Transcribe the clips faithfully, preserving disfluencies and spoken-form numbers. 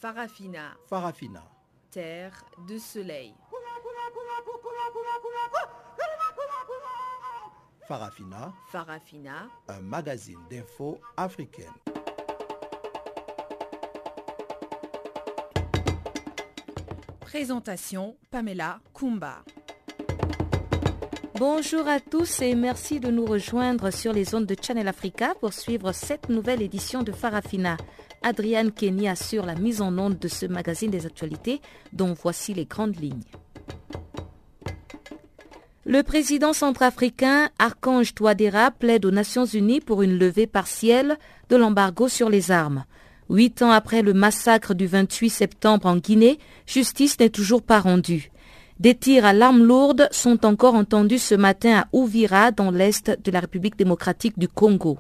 Farafina. Farafina. Terre de soleil. Farafina. Farafina. Un magazine d'infos africaine. Présentation Pamela Kumba. Bonjour à tous et merci de nous rejoindre sur les ondes de Channel Africa pour suivre cette nouvelle édition de Farafina. Adriane Kenny assure la mise en onde de ce magazine des actualités dont voici les grandes lignes. Le président centrafricain Archange Touadéra plaide aux Nations Unies pour une levée partielle de l'embargo sur les armes. Huit ans après le massacre du vingt-huit septembre en Guinée, justice n'est toujours pas rendue. Des tirs à l'arme lourde sont encore entendus ce matin à Uvira, dans l'est de la République démocratique du Congo.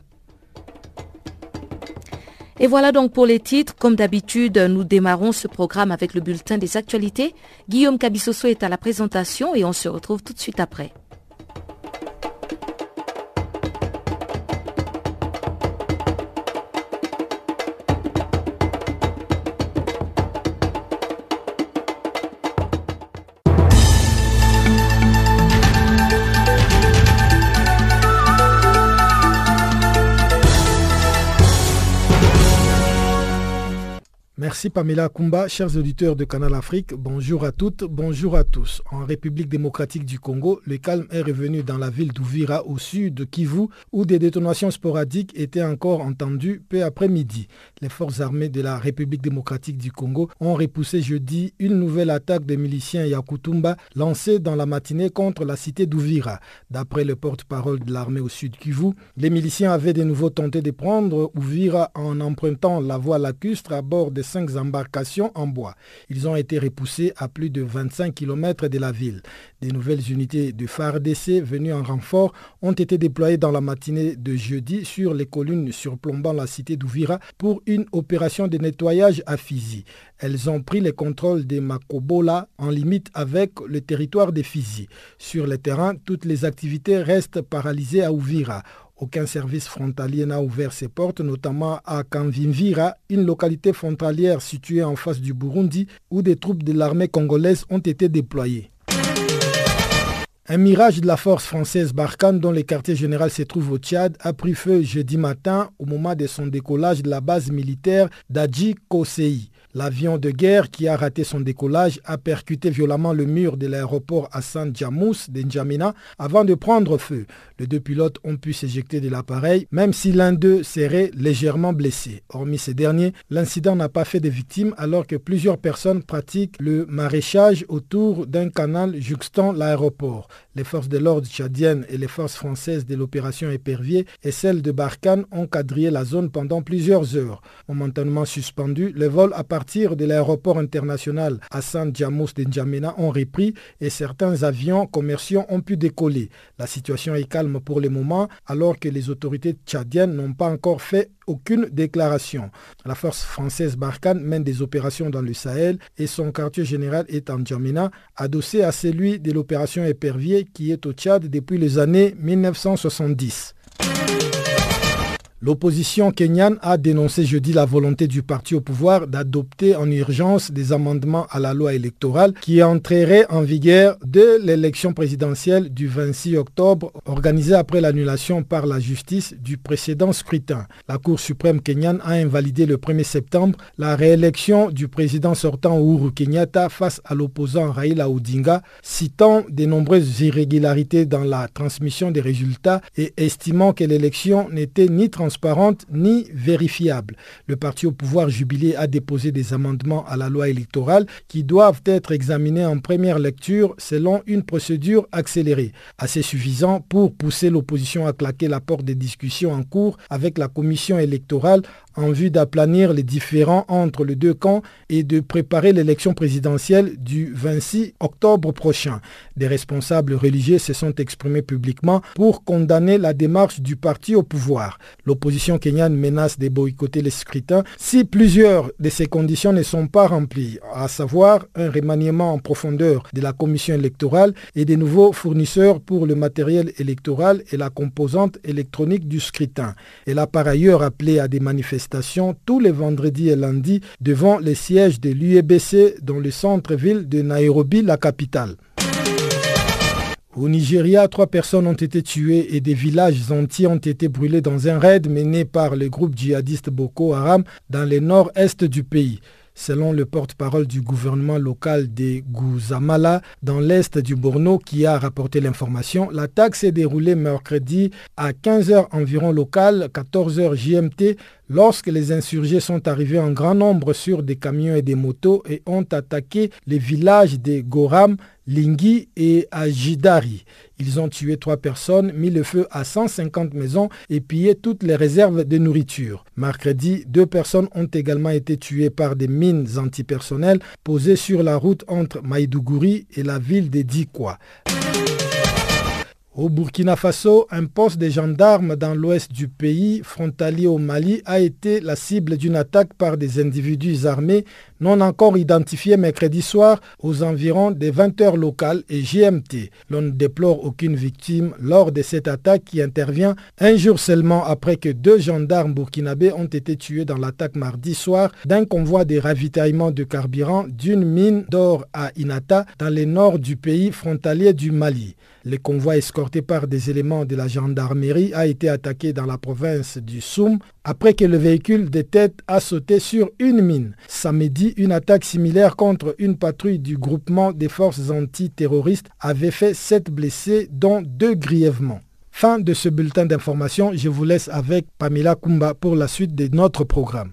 Et voilà donc pour les titres. Comme d'habitude, nous démarrons ce programme avec le bulletin des actualités. Guillaume Kabissoso est à la présentation et on se retrouve tout de suite après. Merci Pamela Kumba, chers auditeurs de Canal Afrique, bonjour à toutes, bonjour à tous. En République démocratique du Congo, le calme est revenu dans la ville d'Uvira au sud de Kivu où des détonations sporadiques étaient encore entendues peu après midi. Les forces armées de la République démocratique du Congo ont repoussé jeudi une nouvelle attaque des miliciens Yakutumba lancée dans la matinée contre la cité d'Uvira. D'après le porte-parole de l'armée au sud Kivu, les miliciens avaient de nouveau tenté de prendre Uvira en empruntant la voie lacustre à bord des cinq embarcations en bois. Ils ont été repoussés à plus de vingt-cinq kilomètres de la ville. Des nouvelles unités de F A R D C venues en renfort ont été déployées dans la matinée de jeudi sur les collines surplombant la cité d'Uvira pour une opération de nettoyage à Fizi. Elles ont pris le contrôle des Makobola en limite avec le territoire de Fizi. Sur le terrain, toutes les activités restent paralysées à Uvira. Aucun service frontalier n'a ouvert ses portes, notamment à Kamvimvira, une localité frontalière située en face du Burundi, où des troupes de l'armée congolaise ont été déployées. Un mirage de la force française Barkhane, dont le quartier général se trouve au Tchad, a pris feu jeudi matin au moment de son décollage de la base militaire d'Adji Kosei. L'avion de guerre qui a raté son décollage a percuté violemment le mur de l'aéroport Hassan Djamous de N'Djamena avant de prendre feu. Les deux pilotes ont pu s'éjecter de l'appareil, même si l'un d'eux serait légèrement blessé. Hormis ces derniers, l'incident n'a pas fait de victimes alors que plusieurs personnes pratiquent le maraîchage autour d'un canal jouxtant l'aéroport. Les forces de l'ordre tchadiennes et les forces françaises de l'opération Épervier et celles de Barkhane ont quadrillé la zone pendant plusieurs heures. Momentanément suspendu, les vols à partir de l'aéroport international Hassan Djamous de N'Djamena ont repris et certains avions commerciaux ont pu décoller. La situation est calme pour le moment alors que les autorités tchadiennes n'ont pas encore fait aucune déclaration. La force française Barkhane mène des opérations dans le Sahel et son quartier général est en N'Djamena, adossé à celui de l'opération Épervier qui est au Tchad depuis les années mille neuf cent soixante-dix. L'opposition kenyane a dénoncé jeudi la volonté du parti au pouvoir d'adopter en urgence des amendements à la loi électorale qui entreraient en vigueur dès l'élection présidentielle du vingt-six octobre organisée après l'annulation par la justice du précédent scrutin. La Cour suprême kenyane a invalidé le premier septembre la réélection du président sortant Uhuru Kenyatta face à l'opposant Raila Odinga, citant de nombreuses irrégularités dans la transmission des résultats et estimant que l'élection n'était ni transparente transparente ni vérifiable. Le parti au pouvoir jubilé a déposé des amendements à la loi électorale qui doivent être examinés en première lecture selon une procédure accélérée. Assez suffisant pour pousser l'opposition à claquer la porte des discussions en cours avec la commission électorale en vue d'aplanir les différends entre les deux camps et de préparer l'élection présidentielle du vingt-six octobre prochain. Des responsables religieux se sont exprimés publiquement pour condamner la démarche du parti au pouvoir. l'opposition kenyane menace de boycotter les scrutins si plusieurs de ces conditions ne sont pas remplies, à savoir un remaniement en profondeur de la commission électorale et des nouveaux fournisseurs pour le matériel électoral et la composante électronique du scrutin. Elle a par ailleurs appelé à des manifestations tous les vendredis et lundis devant les sièges de l'U E B C dans le centre-ville de Nairobi, la capitale. Au Nigeria, trois personnes ont été tuées et des villages entiers ont été brûlés dans un raid mené par le groupe djihadiste Boko Haram dans le nord-est du pays. Selon le porte-parole du gouvernement local de Guzamala, dans l'est du Borno, qui a rapporté l'information, l'attaque s'est déroulée mercredi à quinze heures environ locales, quatorze heures G M T, lorsque les insurgés sont arrivés en grand nombre sur des camions et des motos et ont attaqué les villages de Goram, Lingui et Ajidari. Ils ont tué trois personnes, mis le feu à cent cinquante maisons et pillé toutes les réserves de nourriture. Mercredi, deux personnes ont également été tuées par des mines antipersonnelles posées sur la route entre Maïdougouri et la ville de Dikwa. Au Burkina Faso, un poste de gendarmes dans l'ouest du pays, frontalier au Mali, a été la cible d'une attaque par des individus armés non encore identifiés mercredi soir aux environs des vingt heures locales et G M T. L'on ne déplore aucune victime lors de cette attaque qui intervient un jour seulement après que deux gendarmes burkinabés ont été tués dans l'attaque mardi soir d'un convoi de ravitaillement de carburant d'une mine d'or à Inata dans le nord du pays frontalier du Mali. Le convoi escorté par des éléments de la gendarmerie a été attaqué dans la province du Soum après que le véhicule de tête a sauté sur une mine. Samedi, une attaque similaire contre une patrouille du groupement des forces antiterroristes avait fait sept blessés, dont deux grièvement. Fin de ce bulletin d'information. Je vous laisse avec Pamela Kumba pour la suite de notre programme.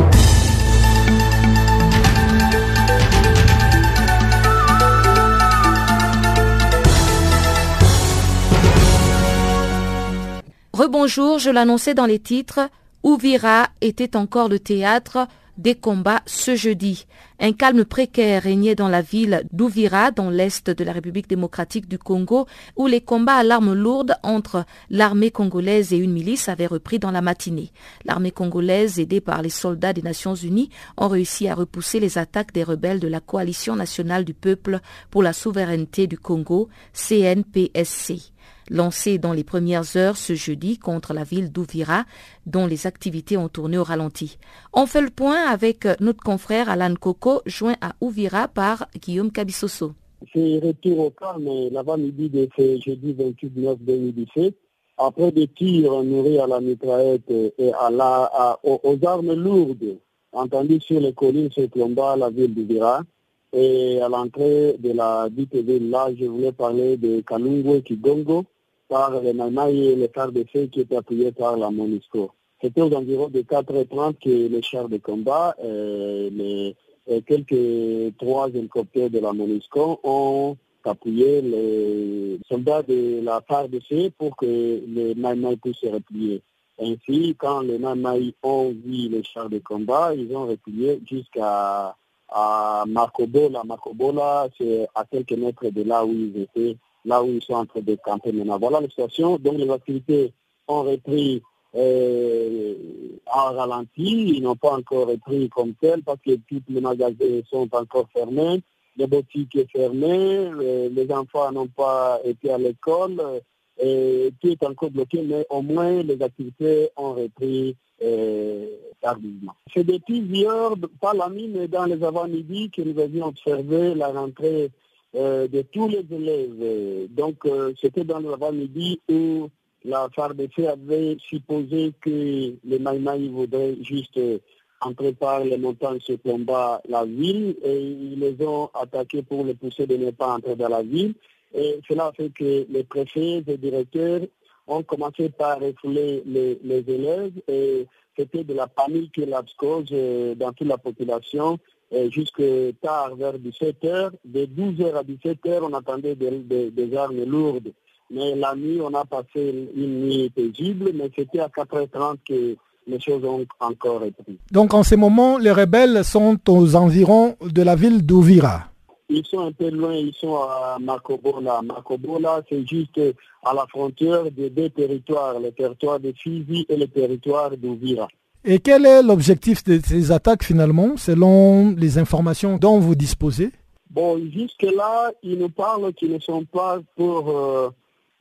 Rebonjour, je l'annonçais dans les titres, Uvira était encore le théâtre des combats ce jeudi. Un calme précaire régnait dans la ville d'Uvira, dans l'est de la République démocratique du Congo, où les combats à l'arme lourde entre l'armée congolaise et une milice avaient repris dans la matinée. L'armée congolaise, aidée par les soldats des Nations Unies, ont réussi à repousser les attaques des rebelles de la Coalition nationale du peuple pour la souveraineté du Congo, C N P S C. Lancé dans les premières heures ce jeudi contre la ville d'Uvira, dont les activités ont tourné au ralenti. On fait le point avec notre confrère Alan Koko, joint à Uvira par Guillaume Kabissoso. C'est retour au calme l'avant-midi de ce jeudi vingt-huit neuf deux mille dix-sept. Après des tirs nourris à la mitraillette et à la, à, aux, aux armes lourdes entendues sur les collines sur Klomba, la ville d'Uvira. Et à l'entrée de la dite ville, là, je voulais parler de Kalungu et Kigongo, par les Maïmaï et les F A R D C qui étaient appuyés par la MONUSCO. C'était aux environs de quatre heures trente que les chars de combat et, les, et quelques trois hélicoptères de la MONUSCO ont appuyé les soldats de la F A R D C pour que les Maïmaï puissent se replier. Ainsi, quand les Maïmaï ont vu les chars de combat, ils ont replié jusqu'à à Makobola. Makobola, c'est à quelques mètres de là où ils étaient, là où ils sont en train de camper maintenant. Voilà la situation. Donc les activités ont repris euh, en ralenti. Ils n'ont pas encore repris comme tel parce que tous les magasins sont encore fermés, les boutiques sont fermées, les, les enfants n'ont pas été à l'école. Et tout est encore bloqué, mais au moins les activités ont repris euh, tardivement. C'est depuis hier, pas la nuit, mais dans les avant-midi, que nous avions observé la rentrée euh, de tous les élèves. Donc, euh, c'était dans les avant-midi où la F A R D C avait supposé que les Maïmaï voudraient juste entrer par les montagnes sur Klomba, la ville, et ils les ont attaqués pour les pousser de ne pas entrer dans la ville. Et cela fait que les préfets et directeurs ont commencé par refouler les, les élèves et c'était de la panique et la psychose dans toute la population. Et jusque tard, vers dix-sept heures, de douze heures à dix-sept heures, on attendait des, des, des armes lourdes. Mais la nuit, on a passé une nuit paisible, mais c'était à quatre heures trente que les choses ont encore repris. Donc en ce moment, les rebelles sont aux environs de la ville d'Uvira. ils sont un peu loin, ils sont à Makobola. Makobola, c'est juste à la frontière des deux territoires, le territoire de Fizi et le territoire d'Uvira. Et quel est l'objectif de ces attaques finalement, selon les informations dont vous disposez? Bon, jusque-là, ils nous parlent qu'ils ne sont pas pour euh,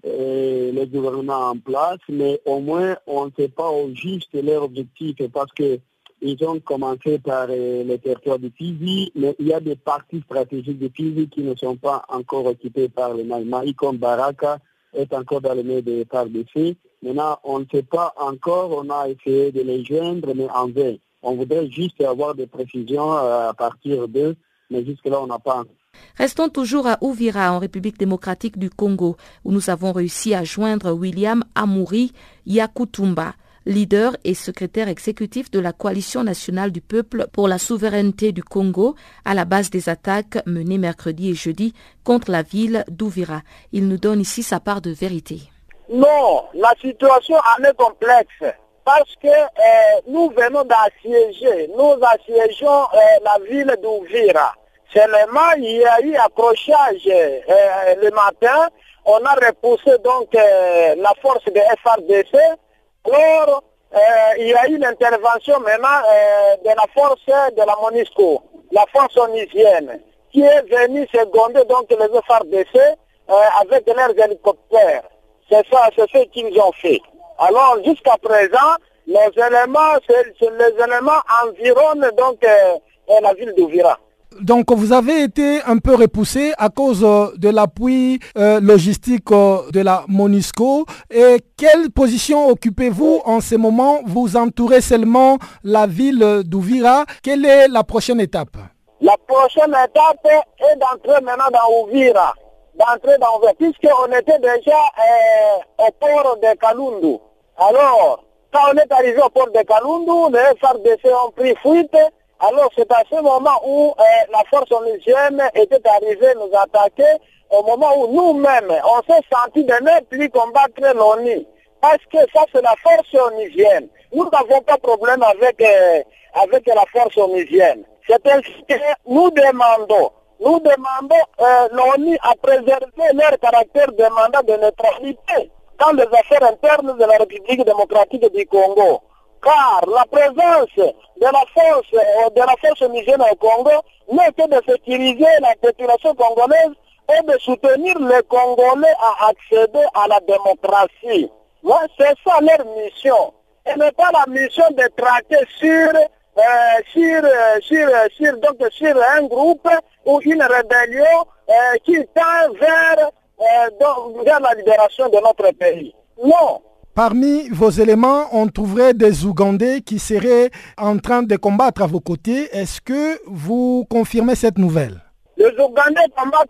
euh, le gouvernement en place, mais au moins on ne sait pas au juste leur objectif parce que ils ont commencé par euh, le territoire de Fizi, mais il y a des parties stratégiques de Fizi qui ne sont pas encore occupées par le Maïmaï, comme Baraka est encore dans les mains de F A R D C. Maintenant, on ne sait pas encore, on a essayé de les joindre, mais en vain. On voudrait juste avoir des précisions à partir d'eux, mais jusque-là, on n'a pas. Restons toujours à Uvira, en République démocratique du Congo, où nous avons réussi à joindre William Amouri Yakutumba, leader et secrétaire exécutif de la Coalition nationale du peuple pour la souveraineté du Congo, à la base des attaques menées mercredi et jeudi contre la ville d'Uvira. Il nous donne ici sa part de vérité. Non, la situation en est complexe parce que euh, nous venons d'assiéger, nous assiégeons euh, la ville d'Uvira. Seulement, il y a eu accrochage euh, le matin, on a repoussé donc euh, la force de F A R D C. Alors, euh, il y a eu l'intervention maintenant euh, de la force de la MONUSCO, la force onusienne, qui est venue seconder donc les F A R D C euh, avec leurs hélicoptères. C'est ça, c'est ce qu'ils ont fait. Alors, jusqu'à présent, les éléments, c'est, c'est les éléments environnent donc euh, la ville d'Uvira. Donc, vous avez été un peu repoussé à cause de l'appui euh, logistique euh, de la MONUSCO. Et quelle position occupez-vous en ce moment? Vous entourez seulement la ville d'Uvira. Quelle est la prochaine étape? La prochaine étape est d'entrer maintenant dans Uvira. D'entrer dans Uvira, puisqu'on était déjà euh, au port de Kalundu. Alors, quand on est arrivé au port de Kalundu, les F A R D C ont pris fuite. Alors c'est à ce moment où euh, la force onusienne était arrivée nous attaquer, au moment où nous-mêmes, on s'est senti de ne plus combattre l'ONU. Parce que ça c'est la force onusienne. Nous n'avons pas de problème avec, euh, avec la force onusienne. C'est ainsi que nous demandons, nous demandons euh, l'ONU à préserver leur caractère de mandat de neutralité dans les affaires internes de la République démocratique du Congo. Car la présence de la force de la force onusienne au Congo n'est que de sécuriser la population congolaise et de soutenir les Congolais à accéder à la démocratie. Ouais, c'est ça leur mission. Et n'est pas la mission de traquer sur, euh, sur, sur, sur, donc sur un groupe ou une rébellion euh, qui tend vers, euh, donc, vers la libération de notre pays. Non. Parmi vos éléments, on trouverait des Ougandais qui seraient en train de combattre à vos côtés. Est-ce que vous confirmez cette nouvelle? Les Ougandais combattent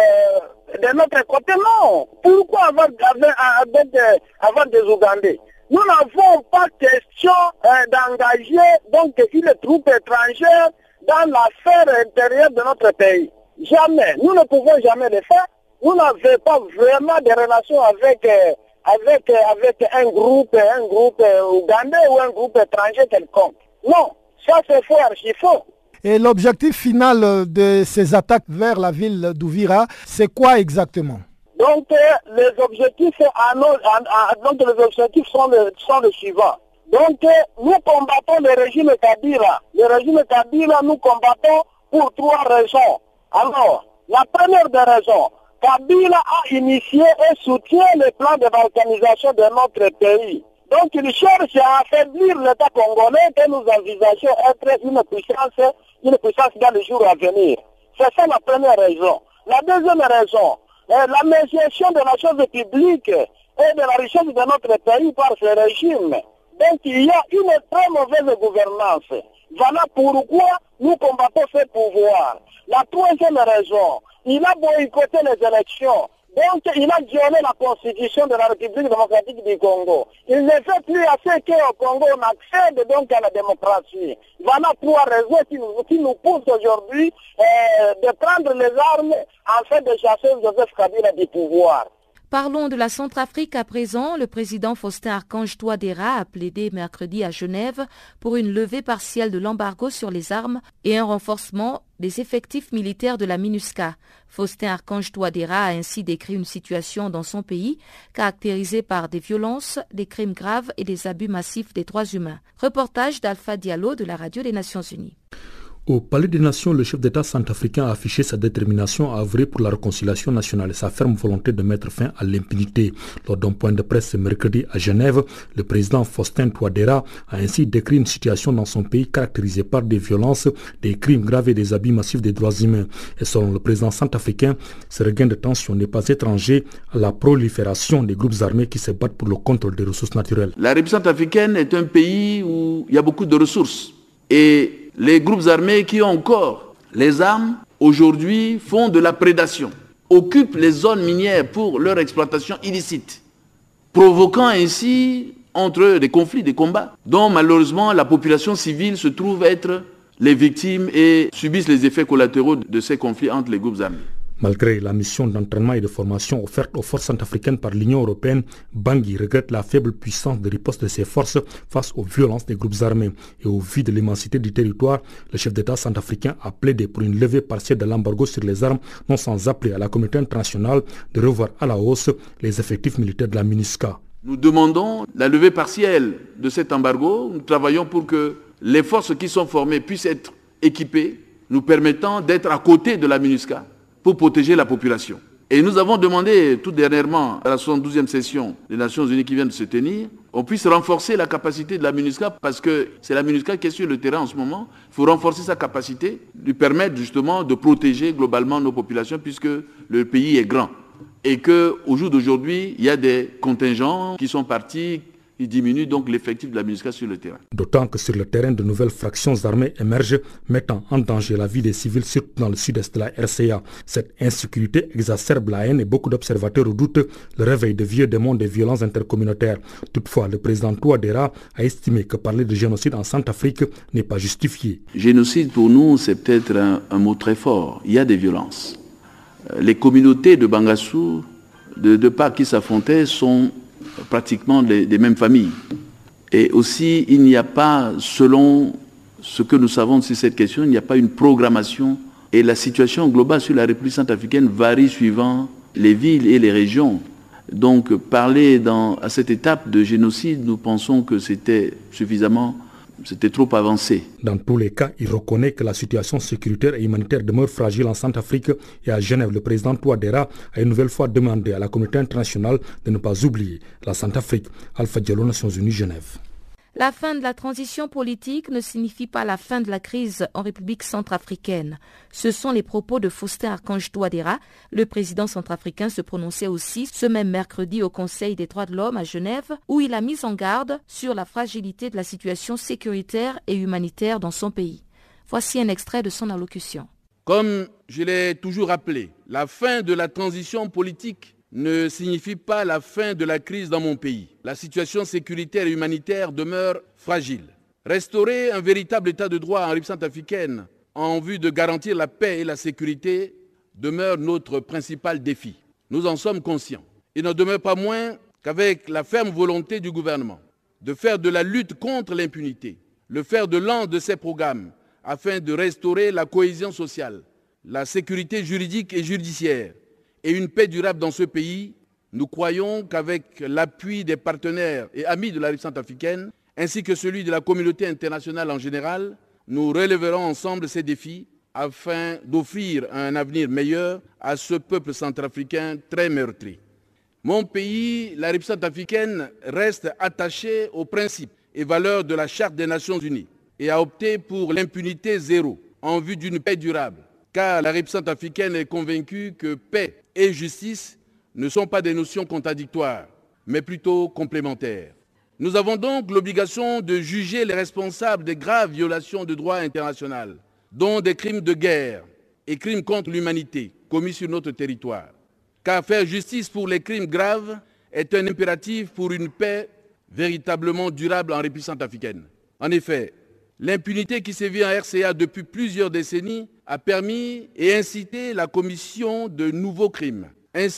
euh, de notre côté, non. Pourquoi avoir, avoir, avoir des Ougandais? Nous n'avons pas question euh, d'engager donc une troupe étrangère dans l'affaire intérieure de notre pays. Jamais. Nous ne pouvons jamais le faire. Nous n'avons pas vraiment de relations avec... Euh, Avec, avec un groupe, un groupe ougandais ou un groupe étranger quelconque. Non, ça c'est faux, archi faux. Et l'objectif final de ces attaques vers la ville d'Uvira, c'est quoi exactement? Donc les objectifs, à nos, à, à, donc, les objectifs sont, le, sont les suivants. Donc nous combattons le régime Kabila. Le régime Kabila, nous combattons pour trois raisons. Alors, la première des raisons, Kabila a initié et soutient le plan de balkanisation de notre pays. Donc il cherche à affaiblir l'État congolais que nous envisageons être une puissance, une puissance dans les jours à venir. C'est ça la première raison. La deuxième raison, la mégestion de la chose publique et de la richesse de notre pays par ce régime. Donc il y a une très mauvaise gouvernance. Voilà pourquoi nous combattons ce pouvoir. La troisième raison, il a boycotté les élections. Donc, il a violé la constitution de la République démocratique du Congo. Il ne fait plus assez qu'au Congo on accède donc à la démocratie. Voilà trois raisons qui nous, qui nous poussent aujourd'hui euh, de prendre les armes en fait de chasser Joseph Kabila du pouvoir. Parlons de la Centrafrique à présent. Le président Faustin Archange Touadéra a plaidé mercredi à Genève pour une levée partielle de l'embargo sur les armes et un renforcement des effectifs militaires de la MINUSCA. Faustin Archange Touadéra a ainsi décrit une situation dans son pays caractérisée par des violences, des crimes graves et des abus massifs des droits humains. Reportage d'Alpha Diallo de la Radio des Nations Unies. Au Palais des Nations, le chef d'État centrafricain a affiché sa détermination à œuvrer pour la réconciliation nationale et sa ferme volonté de mettre fin à l'impunité. Lors d'un point de presse ce mercredi à Genève, le président Faustin Touadéra a ainsi décrit une situation dans son pays caractérisée par des violences, des crimes graves et des abus massifs des droits humains. Et selon le président centrafricain, ce regain de tension n'est pas étranger à la prolifération des groupes armés qui se battent pour le contrôle des ressources naturelles. La République centrafricaine est un pays où il y a beaucoup de ressources. Et les groupes armés qui ont encore les armes, aujourd'hui, font de la prédation, occupent les zones minières pour leur exploitation illicite, provoquant ainsi entre eux des conflits, des combats, dont malheureusement la population civile se trouve être les victimes et subissent les effets collatéraux de ces conflits entre les groupes armés. Malgré la mission d'entraînement et de formation offerte aux forces centrafricaines par l'Union européenne, Bangui regrette la faible puissance de riposte de ses forces face aux violences des groupes armés. Et au vu de l'immensité du territoire, le chef d'État centrafricain a plaidé pour une levée partielle de l'embargo sur les armes, non sans appeler à la communauté internationale de revoir à la hausse les effectifs militaires de la MINUSCA. Nous demandons la levée partielle de cet embargo. Nous travaillons pour que les forces qui sont formées puissent être équipées, nous permettant d'être à côté de la MINUSCA pour protéger la population. Et nous avons demandé tout dernièrement à la soixante-douzième session des Nations Unies qui vient de se tenir, on puisse renforcer la capacité de la MINUSCA parce que c'est la MINUSCA qui est sur le terrain en ce moment. Il faut renforcer sa capacité, lui permettre justement de protéger globalement nos populations puisque le pays est grand. Et qu'au jour d'aujourd'hui, il y a des contingents qui sont partis, il diminue donc l'effectif de la MINUSCA sur le terrain. D'autant que sur le terrain, de nouvelles fractions armées émergent, mettant en danger la vie des civils, surtout dans le sud-est de la R C A. Cette insécurité exacerbe la haine et beaucoup d'observateurs redoutent le réveil de vieux démons des violences intercommunautaires. Toutefois, le président Touadéra a estimé que parler de génocide en Centrafrique n'est pas justifié. Génocide pour nous, c'est peut-être un, un mot très fort. Il y a des violences. Les communautés de Bangassou, de deux parts qui s'affrontaient, sont pratiquement les, les mêmes familles. Et aussi, il n'y a pas, selon ce que nous savons sur cette question, il n'y a pas une programmation. Et la situation globale sur la République centrafricaine varie suivant les villes et les régions. Donc, parler dans, à cette étape de génocide, nous pensons que c'était suffisamment, c'était trop avancé. Dans tous les cas, il reconnaît que la situation sécuritaire et humanitaire demeure fragile en Centrafrique et à Genève, le président Touadéra a une nouvelle fois demandé à la communauté internationale de ne pas oublier la Centrafrique. Alpha Diallo, Nations Unies, Genève. La fin de la transition politique ne signifie pas la fin de la crise en République centrafricaine. Ce sont les propos de Faustin Archange Touadéra. Le président centrafricain se prononçait aussi ce même mercredi au Conseil des droits de l'homme à Genève, où il a mis en garde sur la fragilité de la situation sécuritaire et humanitaire dans son pays. Voici un extrait de son allocution. Comme je l'ai toujours rappelé, la fin de la transition politique ne signifie pas la fin de la crise dans mon pays. La situation sécuritaire et humanitaire demeure fragile. Restaurer un véritable état de droit en République centrafricaine en vue de garantir la paix et la sécurité demeure notre principal défi. Nous en sommes conscients. Il n'en demeure pas moins qu'avec la ferme volonté du gouvernement de faire de la lutte contre l'impunité le fer de lance de ces programmes afin de restaurer la cohésion sociale, la sécurité juridique et judiciaire, et une paix durable dans ce pays, nous croyons qu'avec l'appui des partenaires et amis de la République centrafricaine, ainsi que celui de la communauté internationale en général, nous relèverons ensemble ces défis afin d'offrir un avenir meilleur à ce peuple centrafricain très meurtri. Mon pays, la République centrafricaine, reste attaché aux principes et valeurs de la Charte des Nations Unies et a opté pour l'impunité zéro en vue d'une paix durable, car la République centrafricaine est convaincue que paix et justice ne sont pas des notions contradictoires, mais plutôt complémentaires. Nous avons donc l'obligation de juger les responsables des graves violations de droit international, dont des crimes de guerre et crimes contre l'humanité commis sur notre territoire. Car faire justice pour les crimes graves est un impératif pour une paix véritablement durable en République centrafricaine. En effet, l'impunité qui sévit en R C A depuis plusieurs décennies a permis et incité la commission de nouveaux crimes. Ainsi,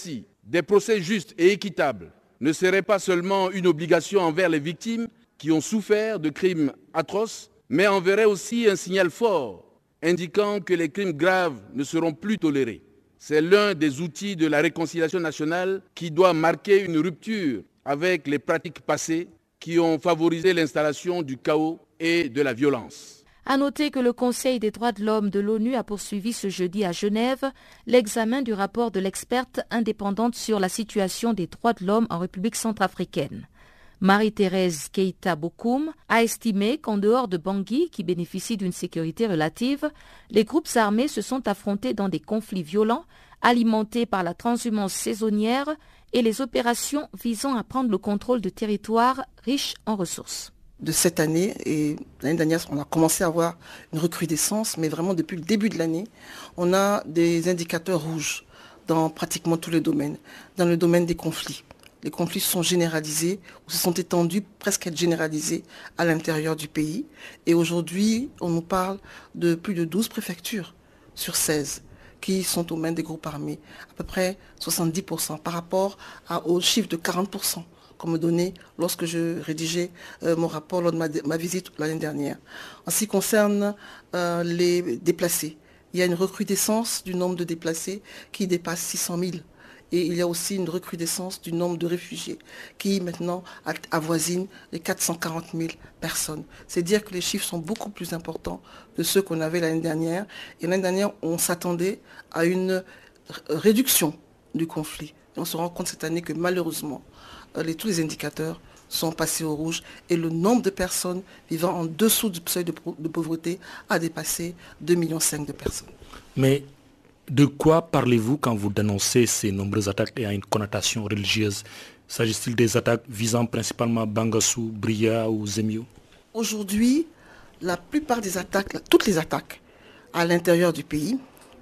Des procès justes et équitables ne seraient pas seulement une obligation envers les victimes qui ont souffert de crimes atroces, mais enverraient aussi un signal fort indiquant que les crimes graves ne seront plus tolérés. C'est l'un des outils de la réconciliation nationale qui doit marquer une rupture avec les pratiques passées qui ont favorisé l'installation du chaos et de la violence. À noter que le Conseil des droits de l'homme de l'ONU a poursuivi ce jeudi à Genève l'examen du rapport de l'experte indépendante sur la situation des droits de l'homme en République centrafricaine. Marie-Thérèse Keita Bokoum a estimé qu'en dehors de Bangui, qui bénéficie d'une sécurité relative, les groupes armés se sont affrontés dans des conflits violents, alimentés par la transhumance saisonnière et les opérations visant à prendre le contrôle de territoires riches en ressources. De cette année, et l'année dernière, on a commencé à avoir une recrudescence, mais vraiment depuis le début de l'année, on a des indicateurs rouges dans pratiquement tous les domaines, dans le domaine des conflits. Les conflits se sont généralisés, ou se sont étendus presque à être généralisés à l'intérieur du pays. Et aujourd'hui, on nous parle de plus de douze préfectures sur seize qui sont aux mains des groupes armés, à peu près soixante-dix pour cent par rapport à, au chiffre de quarante pour cent qu'on me donnait lorsque je rédigeais euh, mon rapport lors de ma, ma visite l'année dernière. En ce qui concerne euh, les déplacés, il y a une recrudescence du nombre de déplacés qui dépasse six cent mille. Et il y a aussi une recrudescence du nombre de réfugiés qui maintenant avoisine les quatre cent quarante mille personnes. C'est dire que les chiffres sont beaucoup plus importants que ceux qu'on avait l'année dernière. Et l'année dernière, on s'attendait à une réduction du conflit. Et on se rend compte cette année que malheureusement, les, tous les indicateurs sont passés au rouge et le nombre de personnes vivant en dessous du seuil de, de pauvreté a dépassé deux virgule cinq millions de personnes. Mais de quoi parlez-vous quand vous dénoncez ces nombreuses attaques et à une connotation religieuse? S'agit-il des attaques visant principalement Bangassou, Bria ou Zemio? Aujourd'hui, la plupart des attaques, toutes les attaques à l'intérieur du pays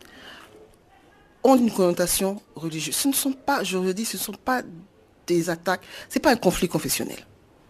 ont une connotation religieuse. Ce ne sont pas, je le dis, ce ne sont pas des attaques, ce n'est pas un conflit confessionnel.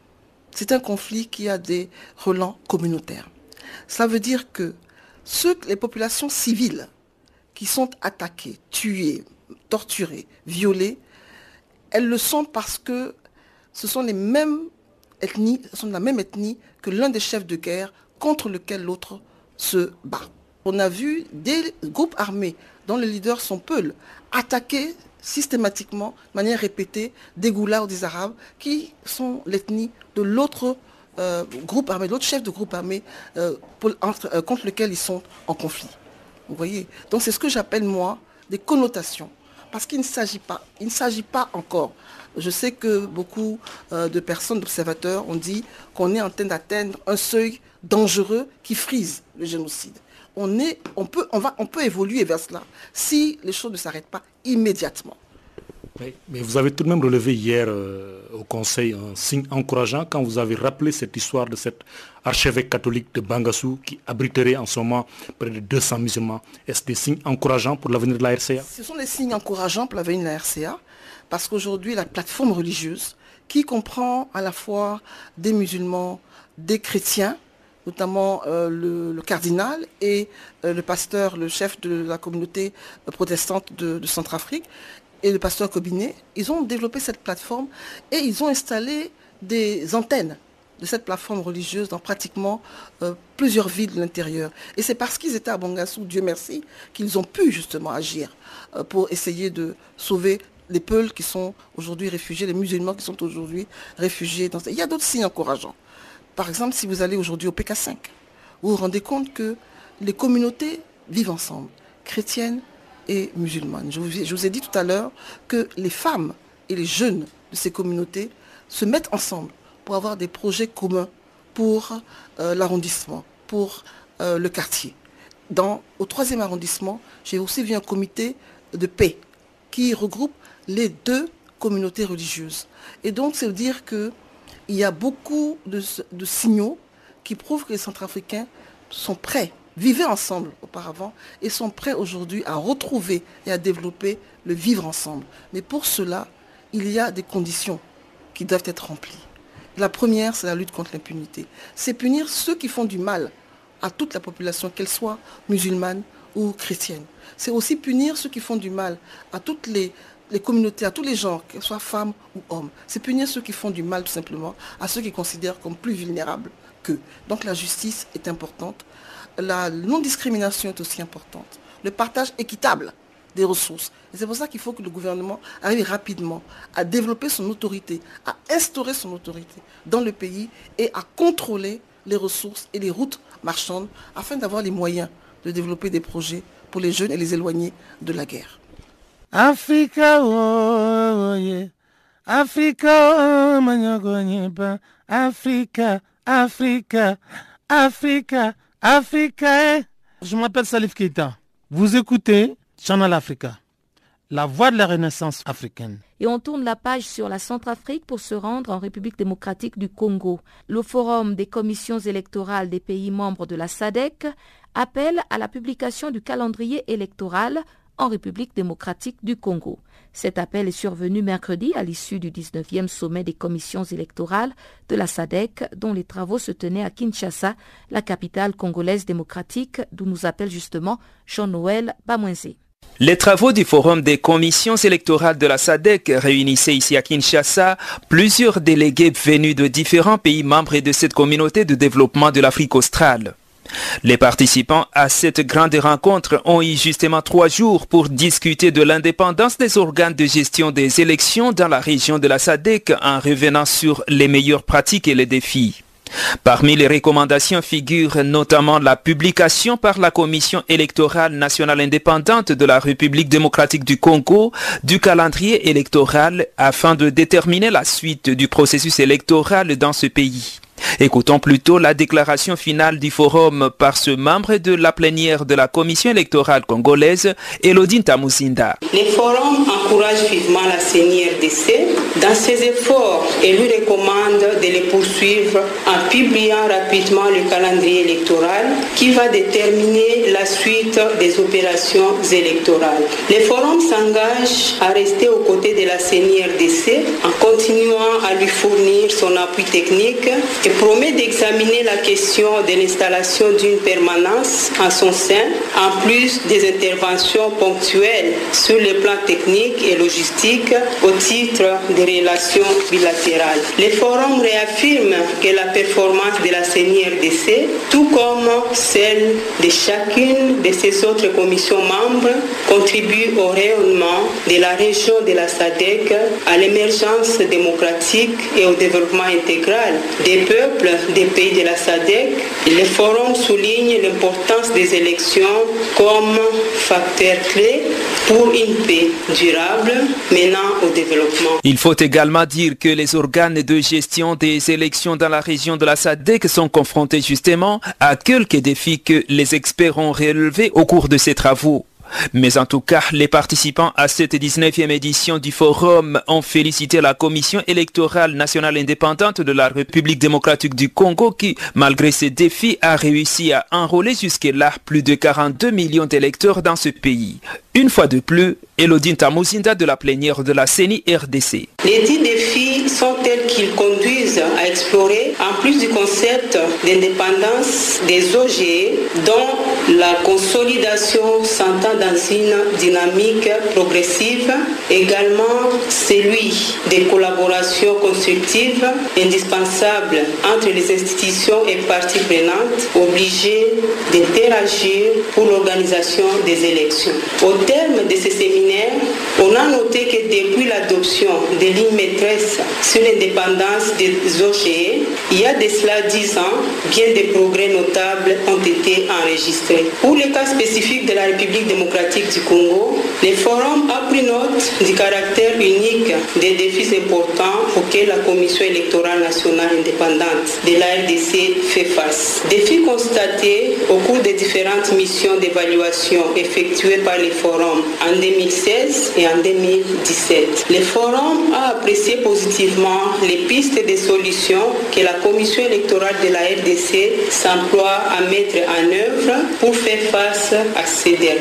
C'est un conflit qui a des relents communautaires. Ça veut dire que ceux, les populations civiles qui sont attaquées, tuées, torturées, violées, elles le sont parce que ce sont les mêmes ethnies, ce sont de la même ethnie que l'un des chefs de guerre contre lequel l'autre se bat. On a vu des groupes armés dont les leaders sont Peuls attaquer systématiquement, de manière répétée, des Goulas ou des Arabes qui sont l'ethnie de l'autre euh, groupe armé, l'autre chef de groupe armé euh, pour, entre, euh, contre lequel ils sont en conflit. Vous voyez? Donc c'est ce que j'appelle moi des connotations. Parce qu'il ne s'agit pas, il ne s'agit pas encore. Je sais que beaucoup euh, de personnes, d'observateurs ont dit qu'on est en train d'atteindre un seuil dangereux qui frise le génocide. On, est, on, peut, on, va, on peut évoluer vers cela si les choses ne s'arrêtent pas immédiatement. Mais, mais vous avez tout de même relevé hier euh, au Conseil un signe encourageant quand vous avez rappelé cette histoire de cet archevêque catholique de Bangassou qui abriterait en ce moment près de deux cents musulmans. Est-ce des signes encourageants pour l'avenir de la R C A? Ce sont des signes encourageants pour l'avenir de la R C A parce qu'aujourd'hui la plateforme religieuse qui comprend à la fois des musulmans, des chrétiens, notamment euh, le, le cardinal et euh, le pasteur, le chef de la communauté protestante de, de Centrafrique, et le pasteur Kobiné, ils ont développé cette plateforme et ils ont installé des antennes de cette plateforme religieuse dans pratiquement euh, plusieurs villes de l'intérieur. Et c'est parce qu'ils étaient à Bangassou, Dieu merci, qu'ils ont pu justement agir euh, pour essayer de sauver les Peuls qui sont aujourd'hui réfugiés, les musulmans qui sont aujourd'hui réfugiés. Dans... Il y a d'autres signes encourageants. Par exemple, si vous allez aujourd'hui au P K cinq, vous vous rendez compte que les communautés vivent ensemble, chrétiennes et musulmanes. Je vous, je vous ai dit tout à l'heure que les femmes et les jeunes de ces communautés se mettent ensemble pour avoir des projets communs pour euh, l'arrondissement, pour euh, le quartier. Dans, au troisième arrondissement, j'ai aussi vu un comité de paix qui regroupe les deux communautés religieuses. Et donc, c'est dire qu'il y a beaucoup de, de signaux qui prouvent que les Centrafricains sont prêts, vivaient ensemble auparavant et sont prêts aujourd'hui à retrouver et à développer le vivre ensemble. Mais pour cela, il y a des conditions qui doivent être remplies. La première, c'est la lutte contre l'impunité. C'est punir ceux qui font du mal à toute la population, qu'elle soit musulmane ou chrétienne. C'est aussi punir ceux qui font du mal à toutes les, les communautés, à tous les gens, que ce soit femmes ou hommes. C'est punir ceux qui font du mal tout simplement à ceux qui considèrent comme plus vulnérables qu'eux. Donc la justice est importante. La non-discrimination est aussi importante. Le partage équitable des ressources. Et c'est pour ça qu'il faut que le gouvernement arrive rapidement à développer son autorité, à instaurer son autorité dans le pays et à contrôler les ressources et les routes marchandes afin d'avoir les moyens de développer des projets pour les jeunes et les éloigner de la guerre. Africa, oh, yeah. Africa, oh, Africa, Africa, Africa, Africa. Je m'appelle Salif Keita. Vous écoutez Channel Africa, la voix de la renaissance africaine. Et on tourne la page sur la Centrafrique pour se rendre en République démocratique du Congo. Le Forum des commissions électorales des pays membres de la S A D C appelle à la publication du calendrier électoral en République démocratique du Congo. Cet appel est survenu mercredi à l'issue du dix-neuvième sommet des commissions électorales de la S A D C dont les travaux se tenaient à Kinshasa, la capitale congolaise démocratique, d'où nous appelle justement Jean-Noël Bamouenzé. Les travaux du Forum des commissions électorales de la S A D C réunissaient ici à Kinshasa plusieurs délégués venus de différents pays membres de cette communauté de développement de l'Afrique australe. Les participants à cette grande rencontre ont eu justement trois jours pour discuter de l'indépendance des organes de gestion des élections dans la région de la S A D C en revenant sur les meilleures pratiques et les défis. Parmi les recommandations figurent notamment la publication par la Commission électorale nationale indépendante de la République démocratique du Congo du calendrier électoral afin de déterminer la suite du processus électoral dans ce pays. Écoutons plutôt la déclaration finale du forum par ce membre de la plénière de la Commission électorale congolaise, Elodine Tamuzinda. Le forum encourage vivement la C N I R D C dans ses efforts et lui recommande de les poursuivre en publiant rapidement le calendrier électoral qui va déterminer la suite des opérations électorales. Le forum s'engage à rester aux côtés de la C N I R D C en continuant à lui fournir son appui technique et promet d'examiner la question de l'installation d'une permanence en son sein, en plus des interventions ponctuelles sur le plan technique et logistique au titre des relations bilatérales. Le forum réaffirme que la performance de la C N I R D C, tout comme celle de chacune de ses autres commissions membres, contribue au rayonnement de la région de la S A D C, à l'émergence démocratique et au développement intégral des peuples des pays de la S A D C. Le forum souligne l'importance des élections comme facteur clé pour une paix durable menant au développement. Il faut également dire que les organes de gestion des élections dans la région de la S A D C sont confrontés justement à quelques défis que les experts ont relevés au cours de ces travaux. Mais en tout cas, les participants à cette dix-neuvième édition du forum ont félicité la Commission électorale nationale indépendante de la République démocratique du Congo qui, malgré ces défis, a réussi à enrôler jusque-là plus de quarante-deux millions d'électeurs dans ce pays. Une fois de plus, Elodine Tamuzinda de la plénière de la C N I R D C. Les dix défis sont tels qu'ils conduisent à explorer, en plus du concept d'indépendance des O G E, dont la consolidation s'entend dans une dynamique progressive, également celui des collaborations constructives indispensables entre les institutions et parties prenantes obligées d'interagir pour l'organisation des élections. Au terme de ces séminaires, on a noté que depuis l'adoption des lignes maîtresses sur l'indépendance des O G E, il y a de cela dix ans, bien des progrès notables ont été enregistrés. Pour le cas spécifique de la République démocratique du Congo, le forum a pris note du caractère unique des défis importants auxquels la Commission électorale nationale indépendante de la R D C fait face. Défis constatés au cours des différentes missions d'évaluation effectuées par le forum en deux mille seize et en deux mille dix-sept. Le forum a apprécié positivement les pistes de solutions que la Commission électorale de la R D C s'emploie à mettre en œuvre pour faire face à ces derniers.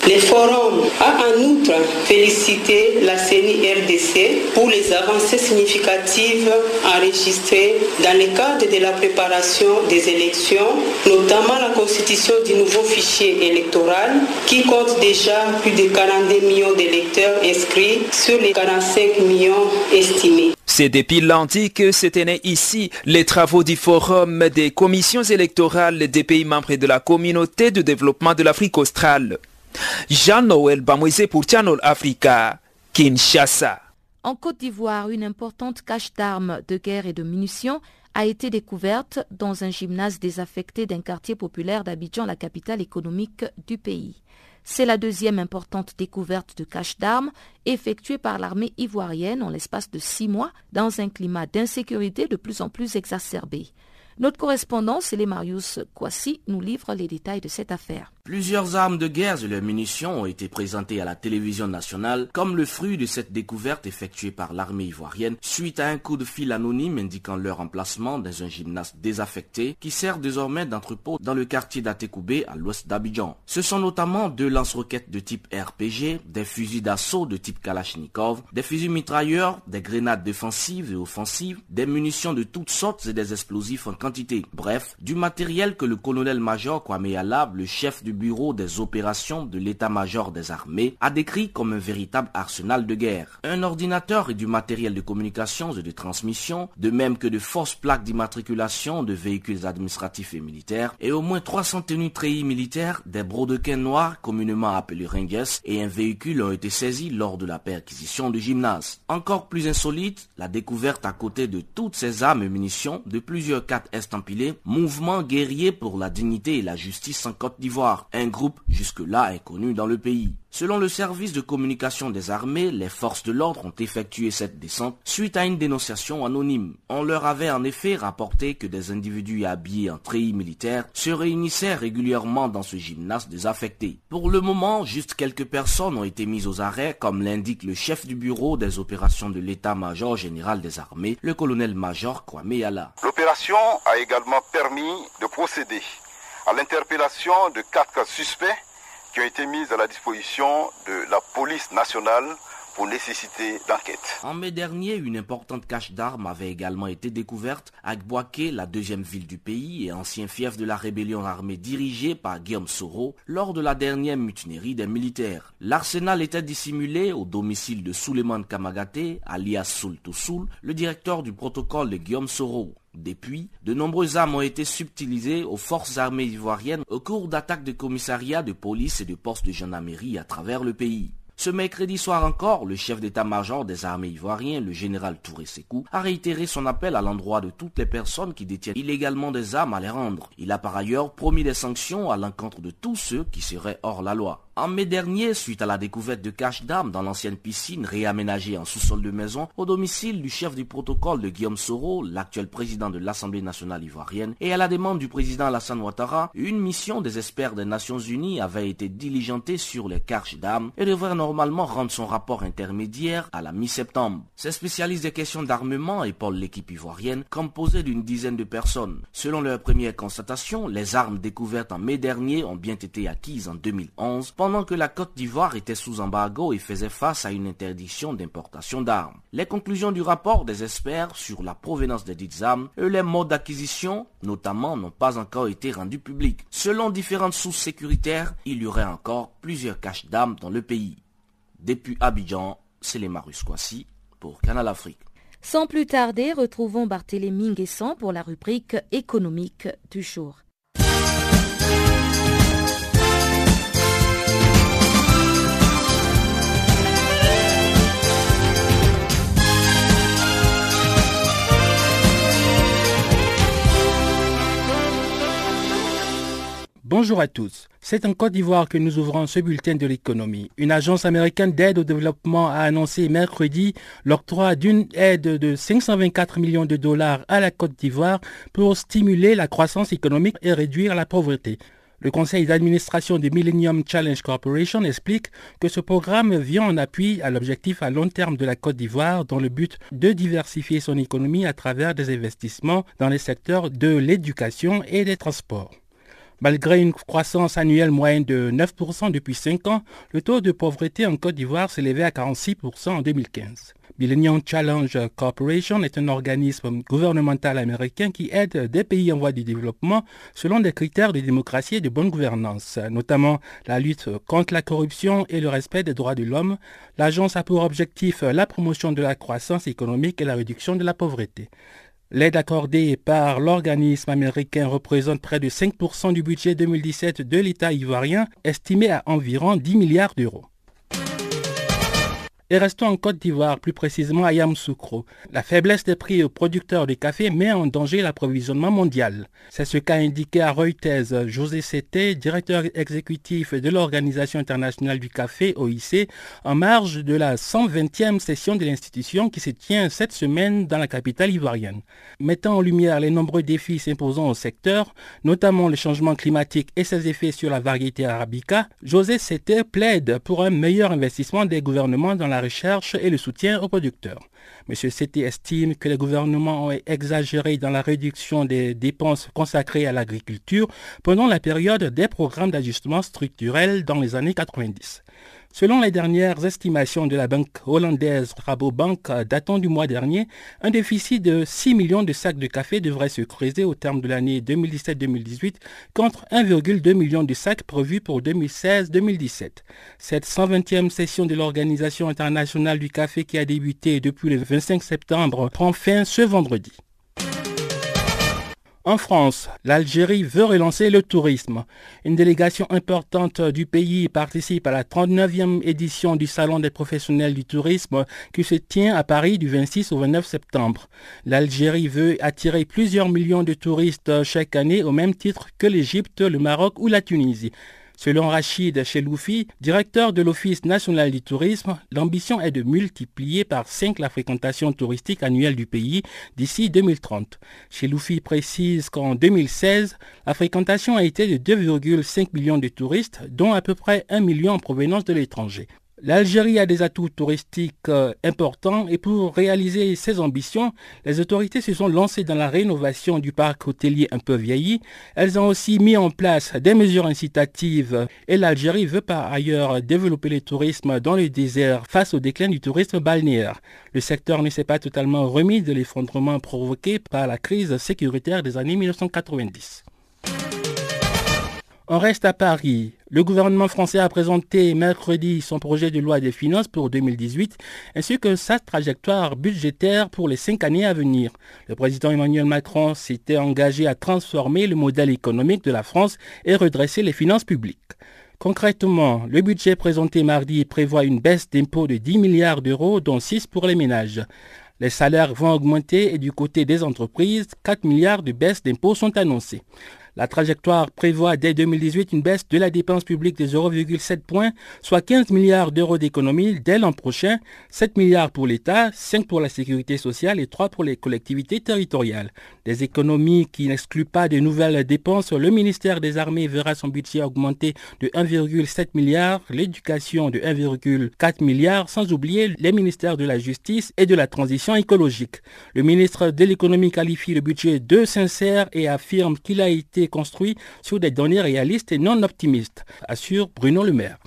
Le forum a en outre félicité la C E N I R D C pour les avancées significatives enregistrées dans le cadre de la préparation des élections, notamment la constitution du nouveau fichier électoral qui compte déjà plus de quarante-deux millions d'électeurs inscrits sur les quarante-cinq millions estimés. C'est depuis lundi que se tenaient ici les travaux du Forum des commissions électorales des pays membres de la communauté de développement de l'Afrique australe. Jean-Noël Bamouizé pour Channel Africa, Kinshasa. En Côte d'Ivoire, une importante cache d'armes de guerre et de munitions a été découverte dans un gymnase désaffecté d'un quartier populaire d'Abidjan, la capitale économique du pays. C'est la deuxième importante découverte de cache d'armes effectuée par l'armée ivoirienne en l'espace de six mois dans un climat d'insécurité de plus en plus exacerbé. Notre correspondant, Célé Marius Kouassi, nous livre les détails de cette affaire. Plusieurs armes de guerre et leurs munitions ont été présentées à la télévision nationale comme le fruit de cette découverte effectuée par l'armée ivoirienne suite à un coup de fil anonyme indiquant leur emplacement dans un gymnase désaffecté qui sert désormais d'entrepôt dans le quartier d'Atekoubé à l'ouest d'Abidjan. Ce sont notamment deux lance-roquettes de type R P G, des fusils d'assaut de type Kalachnikov, des fusils mitrailleurs, des grenades défensives et offensives, des munitions de toutes sortes et des explosifs en quantité. Bref, du matériel que le colonel-major Kwame Alab, le chef du bureau des opérations de l'état-major des armées, a décrit comme un véritable arsenal de guerre. Un ordinateur et du matériel de communication et de transmission, de même que de fausses plaques d'immatriculation de véhicules administratifs et militaires, et au moins trois cents tenues treillis militaires, des brodequins noirs communément appelés ringues, et un véhicule ont été saisis lors de la perquisition du gymnase. Encore plus insolite, la découverte à côté de toutes ces armes et munitions de plusieurs cadres estampillés, mouvement guerrier pour la dignité et la justice en Côte d'Ivoire, un groupe jusque-là inconnu dans le pays. Selon le service de communication des armées, les forces de l'ordre ont effectué cette descente suite à une dénonciation anonyme. On leur avait en effet rapporté que des individus habillés en treillis militaires se réunissaient régulièrement dans ce gymnase désaffecté. Pour le moment, juste quelques personnes ont été mises aux arrêts, comme l'indique le chef du bureau des opérations de l'état-major général des armées, le colonel-major Kwame Ala. L'opération a également permis de procéder à l'interpellation de quatre suspects qui ont été mis à la disposition de la police nationale pour nécessité d'enquête. En mai dernier, une importante cache d'armes avait également été découverte à Gbouaké, la deuxième ville du pays et ancien fief de la rébellion armée dirigée par Guillaume Soro lors de la dernière mutinerie des militaires. L'arsenal était dissimulé au domicile de Souleymane Kamagaté, alias Soul Toussoul, le directeur du protocole de Guillaume Soro. Depuis, de nombreuses armes ont été subtilisées aux forces armées ivoiriennes au cours d'attaques de commissariats, de police et de postes de gendarmerie à travers le pays. Ce mercredi soir encore, le chef d'état-major des armées ivoiriennes, le général Touré Sékou, a réitéré son appel à l'endroit de toutes les personnes qui détiennent illégalement des armes à les rendre. Il a par ailleurs promis des sanctions à l'encontre de tous ceux qui seraient hors la loi. En mai dernier, suite à la découverte de caches d'armes dans l'ancienne piscine réaménagée en sous-sol de maison, au domicile du chef du protocole de Guillaume Soro, l'actuel président de l'Assemblée nationale ivoirienne, et à la demande du président Alassane Ouattara, une mission des experts des Nations Unies avait été diligentée sur les caches d'armes et devrait normalement rendre son rapport intermédiaire à la mi-septembre. Ces spécialistes des questions d'armement épaulent l'équipe ivoirienne, composée d'une dizaine de personnes. Selon leur première constatation, les armes découvertes en mai dernier ont bien été acquises en deux mille onze, pendant que la Côte d'Ivoire était sous embargo et faisait face à une interdiction d'importation d'armes. Les conclusions du rapport des experts sur la provenance des dites armes et les modes d'acquisition, notamment, n'ont pas encore été rendus publics. Selon différentes sources sécuritaires, il y aurait encore plusieurs caches d'armes dans le pays. Depuis Abidjan, c'est les Marius Kouassi pour Canal Afrique. Sans plus tarder, retrouvons Barthélémy Nguessan pour la rubrique économique du jour. Bonjour à tous. C'est en Côte d'Ivoire que nous ouvrons ce bulletin de l'économie. Une agence américaine d'aide au développement a annoncé mercredi l'octroi d'une aide de cinq cent vingt-quatre millions de dollars à la Côte d'Ivoire pour stimuler la croissance économique et réduire la pauvreté. Le conseil d'administration de Millennium Challenge Corporation explique que ce programme vient en appui à l'objectif à long terme de la Côte d'Ivoire dans le but de diversifier son économie à travers des investissements dans les secteurs de l'éducation et des transports. Malgré une croissance annuelle moyenne de neuf pour cent depuis cinq ans, le taux de pauvreté en Côte d'Ivoire s'élevait à quarante-six pour cent en deux mille quinze. Millennium Challenge Corporation est un organisme gouvernemental américain qui aide des pays en voie de développement selon des critères de démocratie et de bonne gouvernance, notamment la lutte contre la corruption et le respect des droits de l'homme. L'agence a pour objectif la promotion de la croissance économique et la réduction de la pauvreté. L'aide accordée par l'organisme américain représente près de cinq pour cent du budget deux mille dix-sept de l'État ivoirien, estimé à environ dix milliards d'euros. Et restons en Côte d'Ivoire, plus précisément à Yamoussoukro. La faiblesse des prix aux producteurs de café met en danger l'approvisionnement mondial. C'est ce qu'a indiqué à Reuters José Sété, directeur exécutif de l'Organisation internationale du café, O I C, en marge de la cent vingtième session de l'institution qui se tient cette semaine dans la capitale ivoirienne. Mettant en lumière les nombreux défis s'imposant au secteur, notamment le changement climatique et ses effets sur la variété arabica, José Sété plaide pour un meilleur investissement des gouvernements dans la recherche et le soutien aux producteurs. M. Sété estime que les gouvernements ont exagéré dans la réduction des dépenses consacrées à l'agriculture pendant la période des programmes d'ajustement structurel dans les années quatre-vingt-dix. Selon les dernières estimations de la banque hollandaise Rabobank datant du mois dernier, un déficit de six millions de sacs de café devrait se creuser au terme de l'année deux mille dix-sept deux mille dix-huit contre un virgule deux million de sacs prévus pour deux mille seize deux mille dix-sept. Cette cent vingtième session de l'Organisation internationale du café qui a débuté depuis le vingt-cinq septembre prend fin ce vendredi. En France, l'Algérie veut relancer le tourisme. Une délégation importante du pays participe à la trente-neuvième édition du Salon des professionnels du tourisme qui se tient à Paris du vingt-six au vingt-neuf septembre. L'Algérie veut attirer plusieurs millions de touristes chaque année au même titre que l'Égypte, le Maroc ou la Tunisie. Selon Rachid Cheloufi, directeur de l'Office national du tourisme, l'ambition est de multiplier par cinq la fréquentation touristique annuelle du pays d'ici deux mille trente. Cheloufi précise qu'en deux mille seize, la fréquentation a été de deux virgule cinq millions de touristes, dont à peu près un million en provenance de l'étranger. L'Algérie a des atouts touristiques euh, importants et pour réaliser ses ambitions, les autorités se sont lancées dans la rénovation du parc hôtelier un peu vieilli. Elles ont aussi mis en place des mesures incitatives et l'Algérie veut par ailleurs développer le tourisme dans le désert face au déclin du tourisme balnéaire. Le secteur ne s'est pas totalement remis de l'effondrement provoqué par la crise sécuritaire des années mille neuf cent quatre-vingt-dix. On reste à Paris. Le gouvernement français a présenté mercredi son projet de loi des finances pour deux mille dix-huit ainsi que sa trajectoire budgétaire pour les cinq années à venir. Le président Emmanuel Macron s'était engagé à transformer le modèle économique de la France et redresser les finances publiques. Concrètement, le budget présenté mardi prévoit une baisse d'impôts de dix milliards d'euros, dont six pour les ménages. Les salaires vont augmenter et du côté des entreprises, quatre milliards de baisses d'impôts sont annoncés. La trajectoire prévoit dès deux mille dix-huit une baisse de la dépense publique de zéro virgule sept points, soit quinze milliards d'euros d'économies dès l'an prochain, sept milliards pour l'État, cinq pour la sécurité sociale et trois pour les collectivités territoriales. Des économies qui n'excluent pas de nouvelles dépenses. Le ministère des Armées verra son budget augmenter de un virgule sept milliard, l'éducation de un virgule quatre milliard, sans oublier les ministères de la Justice et de la Transition écologique. Le ministre de l'Économie qualifie le budget de sincère et affirme qu'il a été construit sur des données réalistes et non optimistes, assure Bruno Le Maire.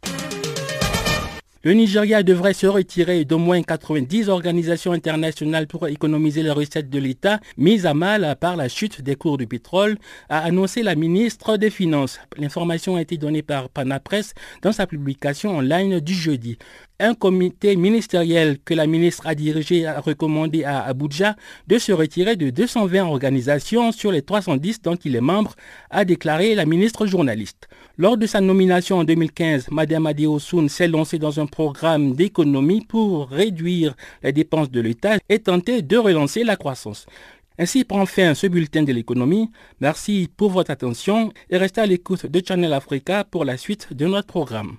Le Nigeria devrait se retirer d'au moins quatre-vingt-dix organisations internationales pour économiser les recettes de l'État mises à mal par la chute des cours du pétrole, a annoncé la ministre des Finances. L'information a été donnée par Panapresse dans sa publication en ligne du jeudi. Un comité ministériel que la ministre a dirigé a recommandé à Abuja de se retirer de deux cent vingt organisations sur les trois cent dix dont il est membre, a déclaré la ministre journaliste. Lors de sa nomination en deux mille quinze, Mme Adeosun s'est lancée dans un programme d'économie pour réduire les dépenses de l'État et tenter de relancer la croissance. Ainsi prend fin ce bulletin de l'économie. Merci pour votre attention et restez à l'écoute de Channel Africa pour la suite de notre programme.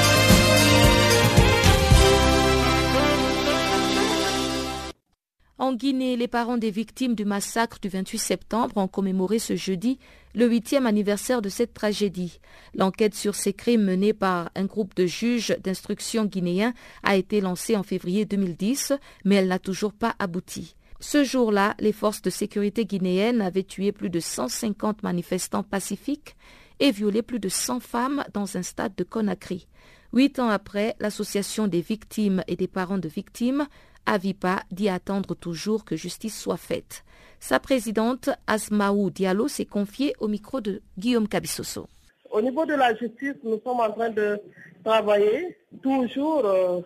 En Guinée, les parents des victimes du massacre du vingt-huit septembre ont commémoré ce jeudi le huitième anniversaire de cette tragédie. L'enquête sur ces crimes menée par un groupe de juges d'instruction guinéens a été lancée en février deux mille dix, mais elle n'a toujours pas abouti. Ce jour-là, les forces de sécurité guinéennes avaient tué plus de cent cinquante manifestants pacifiques et violé plus de cent femmes dans un stade de Conakry. Huit ans après, l'association des victimes et des parents de victimes, Avipa, dit attendre toujours que justice soit faite. Sa présidente, Asmaou Diallo, s'est confiée au micro de Guillaume Kabissoso. Au niveau de la justice, nous sommes en train de travailler. Toujours, euh,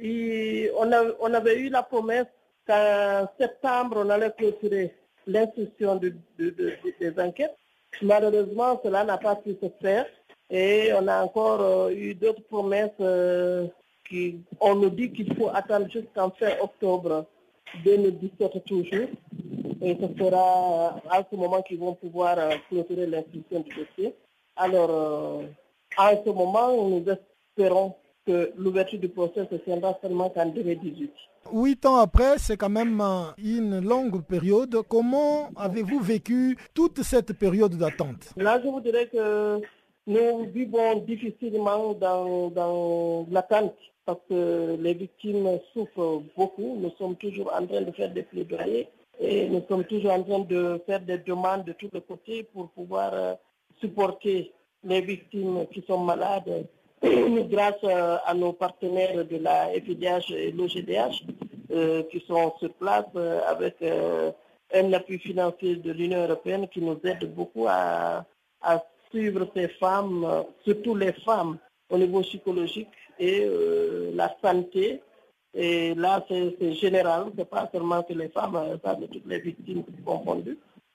et on, a, on avait eu la promesse qu'en septembre, on allait clôturer l'instruction de, de, de, de, des enquêtes. Malheureusement, cela n'a pas pu se faire. Et on a encore euh, eu d'autres promesses. Euh, qui, on nous dit qu'il faut attendre jusqu'en fin octobre deux mille dix-sept toujours. Et ce sera à ce moment qu'ils vont pouvoir euh, clôturer l'instruction du dossier. Alors, euh, à ce moment, nous espérons que l'ouverture du procès se tiendra seulement qu'en deux mille dix-huit. Huit ans après, c'est quand même une longue période. Comment avez-vous vécu toute cette période d'attente? Là, je vous dirais que nous vivons difficilement dans, dans l'attente parce que les victimes souffrent beaucoup. Nous sommes toujours en train de faire des plaidoyers et nous sommes toujours en train de faire des demandes de tous les côtés pour pouvoir euh, supporter les victimes qui sont malades grâce euh, à nos partenaires de la F I D H et l'O G D H euh, qui sont sur place euh, avec euh, un appui financier de l'Union européenne qui nous aide beaucoup à, à suivre ces femmes, euh, surtout les femmes, au niveau psychologique et euh, la santé. Et là, c'est, c'est général, c'est pas seulement que les femmes, ça de toutes les victimes confondues.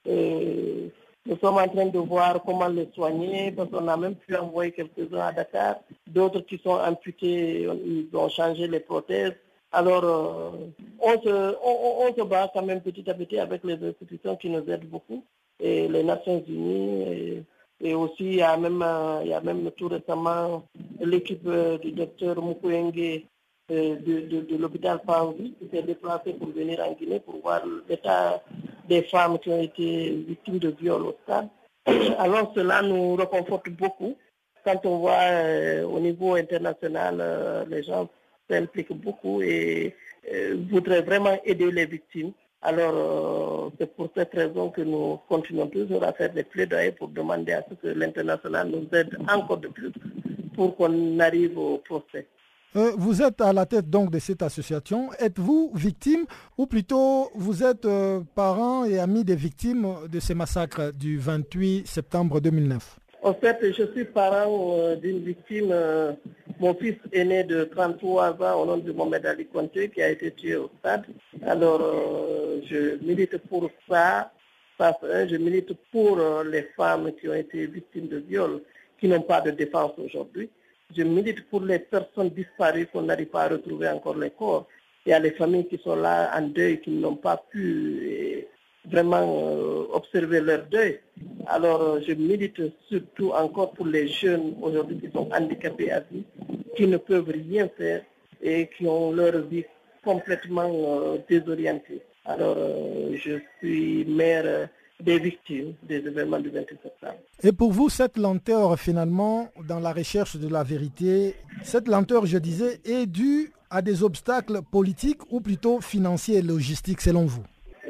Et nous sommes en train de voir comment les soigner, parce qu'on a même pu envoyer quelques-uns à Dakar. D'autres qui sont amputés, ils ont changé les prothèses. Alors, euh, on, se, on, on se bat quand même petit à petit avec les institutions qui nous aident beaucoup, et les Nations Unies. Et, Et aussi, il y a même, il y a même tout récemment l'équipe du docteur Mukwege de, de, de l'hôpital Panzi qui s'est déplacée pour venir en Guinée pour voir l'état des femmes qui ont été victimes de viol au stade. Alors cela nous réconforte beaucoup. Quand on voit euh, au niveau international, euh, les gens s'impliquent beaucoup et euh, voudraient vraiment aider les victimes. Alors, euh, c'est pour cette raison que nous continuons toujours à faire des plaidoyers pour demander à ce que l'international nous aide encore de plus pour qu'on arrive au procès. Euh, vous êtes à la tête donc de cette association. Êtes-vous victime ou plutôt vous êtes euh, parents et amis des victimes de ces massacres du vingt-huit septembre deux mille neuf? En fait, je suis parent euh, d'une victime. Euh, mon fils est né de trente-trois ans au nom de Mohamed Ali Konté qui a été tué au stade. Alors, euh, je milite pour ça. ça je milite pour euh, les femmes qui ont été victimes de viol, qui n'ont pas de défense aujourd'hui. Je milite pour les personnes disparues qu'on n'arrive pas à retrouver encore les corps. Il y a les familles qui sont là en deuil, qui n'ont pas pu et, vraiment euh, observer leur deuil. Alors, euh, je milite surtout encore pour les jeunes aujourd'hui qui sont handicapés à vie, qui ne peuvent rien faire et qui ont leur vie complètement euh, désorientée. Alors, euh, je suis mère euh, des victimes des événements du vingt-huit septembre. Et pour vous, cette lenteur, finalement, dans la recherche de la vérité, cette lenteur, je disais, est due à des obstacles politiques ou plutôt financiers et logistiques, selon vous?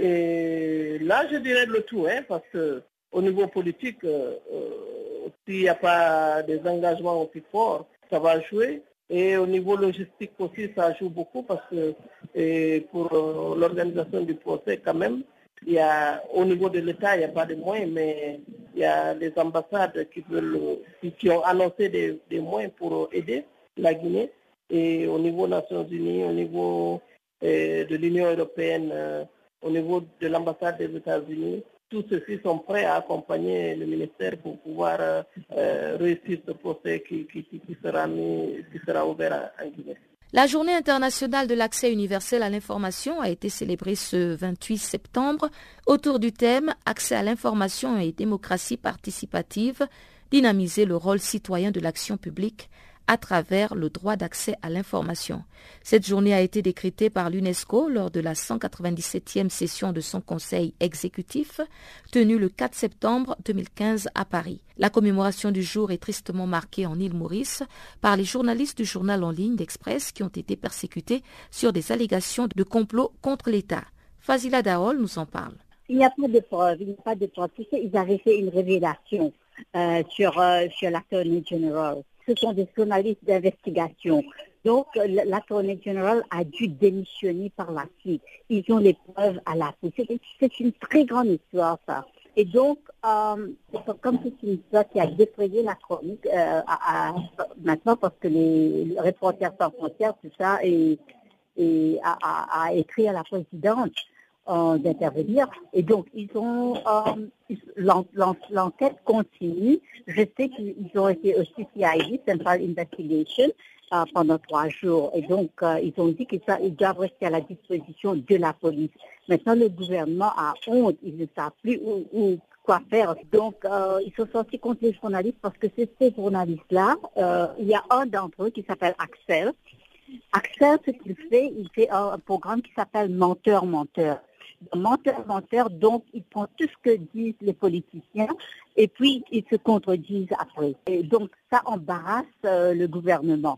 Et là, je dirais le tout, hein, parce que au niveau politique, euh, euh, s'il n'y a pas des engagements aussi forts, ça va jouer. Et au niveau logistique aussi, ça joue beaucoup parce que et pour euh, l'organisation du procès, quand même, il y a, au niveau de l'État, il n'y a pas de moyens, mais il y a les ambassades qui, veulent, qui, qui ont annoncé des, des moyens pour aider la Guinée. Et au niveau des Nations Unies, au niveau euh, de l'Union européenne, euh, au niveau de l'ambassade des États-Unis, tous ceux-ci sont prêts à accompagner le ministère pour pouvoir euh, réussir ce procès qui, qui, qui, sera, mis, qui sera ouvert en Guinée. La journée internationale de l'accès universel à l'information a été célébrée ce vingt-huit septembre autour du thème « Accès à l'information et démocratie participative, dynamiser le rôle citoyen de l'action publique » à travers le droit d'accès à l'information. Cette journée a été décrétée par l'UNESCO lors de la cent quatre-vingt-dix-septième session de son conseil exécutif tenue le quatre septembre deux mille quinze à Paris. La commémoration du jour est tristement marquée en île Maurice par les journalistes du journal en ligne l'Express qui ont été persécutés sur des allégations de complot contre l'État. Fazila Daol nous en parle. Il n'y a pas de preuves, il n'y a pas de preuves. Tu sais, ils avaient fait une révélation euh, sur, euh, sur l'Attorney General. Ce sont des journalistes d'investigation. Donc, l'Attorney General a dû démissionner par la suite. Ils ont les preuves à l'appui. C'est, c'est une très grande histoire, ça. Et donc, euh, c'est comme c'est une histoire qui a défrayé la chronique euh, à, à, maintenant parce que les, les Reporters sans frontières, tout ça, et, et a, a, a écrit à la présidente euh, d'intervenir. Et donc, ils ont euh, l'en, l'en, l'enquête continue. Je sais qu'ils ont été au C C I D, Central Investigation, euh, pendant trois jours. Et donc, euh, ils ont dit qu'ils ils doivent rester à la disposition de la police. Maintenant, le gouvernement a honte. Ils ne savent plus où, où quoi faire. Donc, euh, ils sont sortis contre les journalistes parce que c'est ces journalistes-là. Euh, il y a un d'entre eux qui s'appelle Axel. Axel, ce qu'il fait, il fait un, un programme qui s'appelle Menteur-Menteur. Menteur-Menteur, donc, il prend tout ce que disent les politiciens et puis ils se contredisent après. Et donc, ça embarrasse euh, le gouvernement.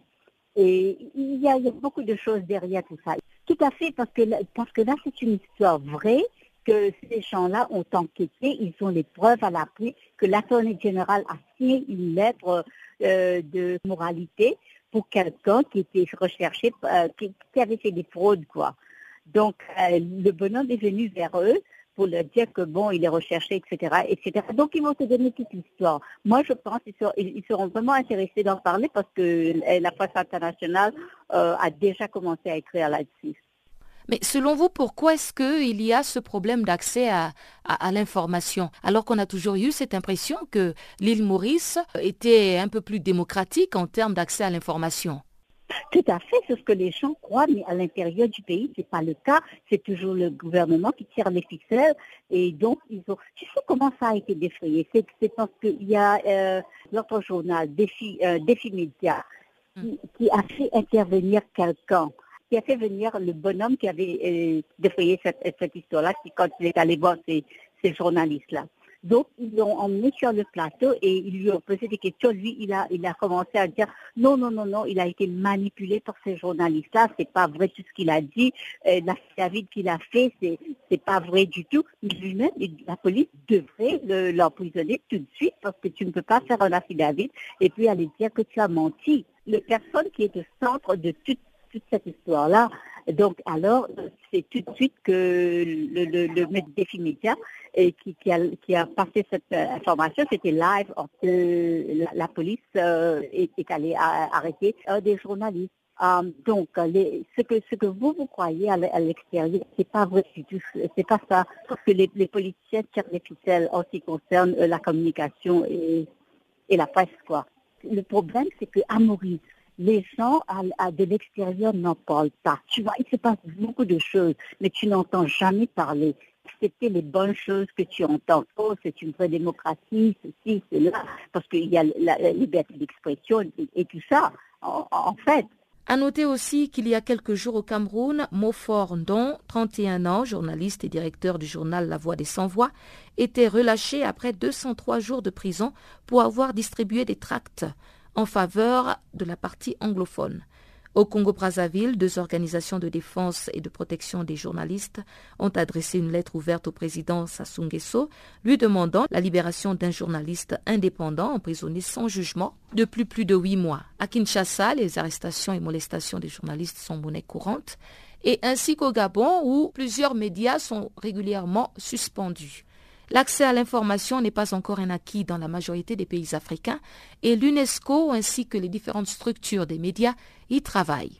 Et il y, a, il y a beaucoup de choses derrière tout ça. Tout à fait, parce que, parce que là, c'est une histoire vraie, que ces gens-là ont enquêté, ils ont les preuves à l'appui, que l'Attorney General a signé une lettre euh, de moralité pour quelqu'un qui était recherché, euh, qui, qui avait fait des fraudes, quoi. Donc, euh, le bonhomme est venu vers eux pour leur dire que, bon, il est recherché, et cetera, et cetera. Donc, ils vont te donner toute l'histoire. Moi, je pense qu'ils seront, ils seront vraiment intéressés d'en parler parce que la presse internationale euh, a déjà commencé à écrire là-dessus. Mais selon vous, pourquoi est-ce qu'il y a ce problème d'accès à, à, à l'information, alors qu'on a toujours eu cette impression que l'île Maurice était un peu plus démocratique en termes d'accès à l'information? Tout à fait, c'est ce que les gens croient, mais à l'intérieur du pays, c'est pas le cas. C'est toujours le gouvernement qui tire les ficelles. Et donc, ils ont... Tu sais comment ça a été défrayé? C'est, c'est parce qu'il y a euh, notre journal, Défi, euh, Défi Média, qui, qui a fait intervenir quelqu'un, qui a fait venir le bonhomme qui avait euh, défrayé cette, cette histoire-là, qui, quand il est allé voir ces, ces journalistes-là. Donc, ils l'ont emmené sur le plateau et ils lui ont posé des questions. Lui, il a, il a commencé à dire non, non, non, non, il a été manipulé par ces journalistes-là. C'est pas vrai tout ce qu'il a dit. Euh, l'affidavit qu'il a fait, c'est, c'est pas vrai du tout. Lui-même, la police devrait le, l'emprisonner tout de suite parce que tu ne peux pas faire un affidavit et puis aller dire que tu as menti. La personne qui est au centre de toute toute cette histoire-là. Donc, alors, c'est tout de suite que le, le, le maître Défi Média et qui, qui, a, qui a passé cette euh, information, c'était live, euh, la, la police euh, est, est allée à, arrêter un des journalistes. Um, donc, les, ce que ce que vous vous croyez à, à l'extérieur, c'est pas vrai du tout, c'est pas ça. Parce que les, les politiciens tirent les ficelles en ce qui concerne euh, la communication et, et la presse, quoi. Le problème, c'est qu'à Maurice, les gens à, à de l'extérieur n'en parlent pas. Tu vois, il se passe beaucoup de choses, mais tu n'entends jamais parler. C'était les bonnes choses que tu entends. Oh, c'est une vraie démocratie, ceci, cela, parce qu'il y a la, la liberté d'expression et, et tout ça, en, en fait. À noter aussi qu'il y a quelques jours au Cameroun, Mofor Ndong, trente et un ans, journaliste et directeur du journal La Voix des Sans-Voix, était relâché après deux cent trois jours de prison pour avoir distribué des tracts en faveur de la partie anglophone. Au Congo-Brazzaville, deux organisations de défense et de protection des journalistes ont adressé une lettre ouverte au président Sassou Nguesso, lui demandant la libération d'un journaliste indépendant emprisonné sans jugement depuis plus de huit mois. À Kinshasa, les arrestations et molestations des journalistes sont monnaie courante, et ainsi qu'au Gabon, où plusieurs médias sont régulièrement suspendus. L'accès à l'information n'est pas encore un acquis dans la majorité des pays africains et l'UNESCO ainsi que les différentes structures des médias y travaillent.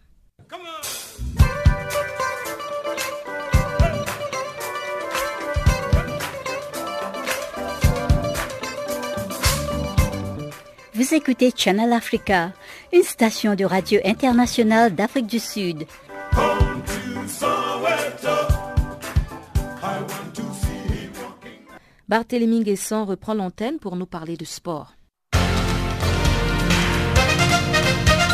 Vous écoutez Channel Africa, une station de radio internationale d'Afrique du Sud. Barthélémy Nguessan reprend l'antenne pour nous parler de sport.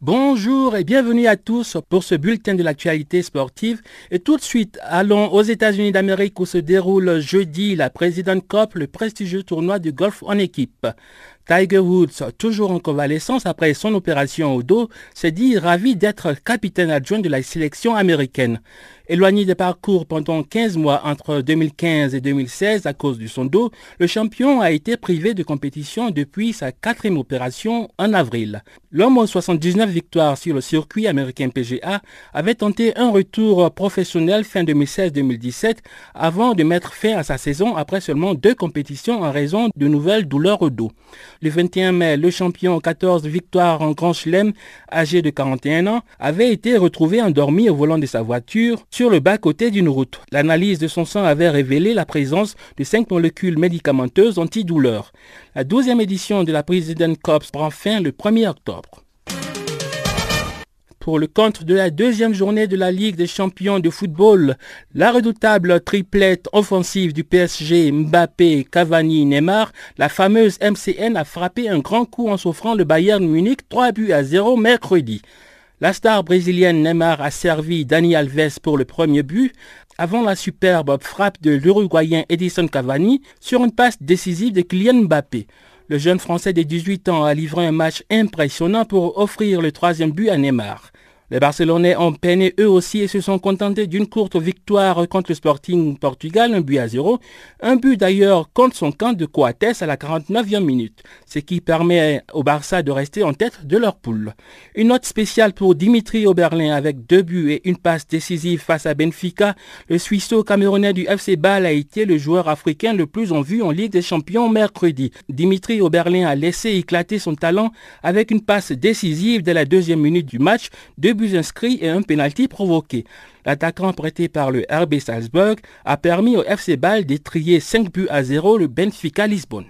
Bonjour et bienvenue à tous pour ce bulletin de l'actualité sportive. Et tout de suite, allons aux États-Unis d'Amérique où se déroule jeudi la President's Cup, le prestigieux tournoi de golf en équipe. Tiger Woods, toujours en convalescence après son opération au dos, s'est dit ravi d'être capitaine adjoint de la sélection américaine. Éloigné des parcours pendant quinze mois entre deux mille quinze et deux mille seize à cause de son dos, le champion a été privé de compétition depuis sa quatrième opération en avril. L'homme aux soixante-dix-neuf victoires sur le circuit américain P G A avait tenté un retour professionnel fin deux mille seize deux mille dix-sept avant de mettre fin à sa saison après seulement deux compétitions en raison de nouvelles douleurs au dos. Le vingt et un mai, le champion aux quatorze victoires en Grand Chelem, âgé de quarante et un ans, avait été retrouvé endormi au volant de sa voiture sur le bas-côté d'une route. L'analyse de son sang avait révélé la présence de cinq molécules médicamenteuses antidouleurs. La douzième édition de la President's Cup prend fin le premier octobre. Pour le compte de la deuxième journée de la Ligue des champions de football, la redoutable triplette offensive du P S G, Mbappé, Cavani, Neymar, la fameuse M C N a frappé un grand coup en s'offrant le Bayern Munich trois buts à zéro mercredi. La star brésilienne Neymar a servi Dani Alves pour le premier but, avant la superbe frappe de l'Uruguayen Edison Cavani sur une passe décisive de Kylian Mbappé. Le jeune Français de dix-huit ans a livré un match impressionnant pour offrir le troisième but à Neymar. Les Barcelonais ont peiné eux aussi et se sont contentés d'une courte victoire contre le Sporting Portugal, un but à zéro. Un but d'ailleurs contre son camp de Coates à la quarante-neuvième minute, ce qui permet au Barça de rester en tête de leur poule. Une note spéciale pour Dimitri Oberlin avec deux buts et une passe décisive face à Benfica. Le Suisseau-Camerounais du F C Bâle a été le joueur africain le plus en vue en Ligue des Champions mercredi. Dimitri Oberlin a laissé éclater son talent avec une passe décisive dès la deuxième minute du match, deux buts inscrits et un pénalty provoqué. L'attaquant prêté par le R B Salzburg a permis au F C Bâle d'étrier cinq buts à zéro le Benfica Lisbonne.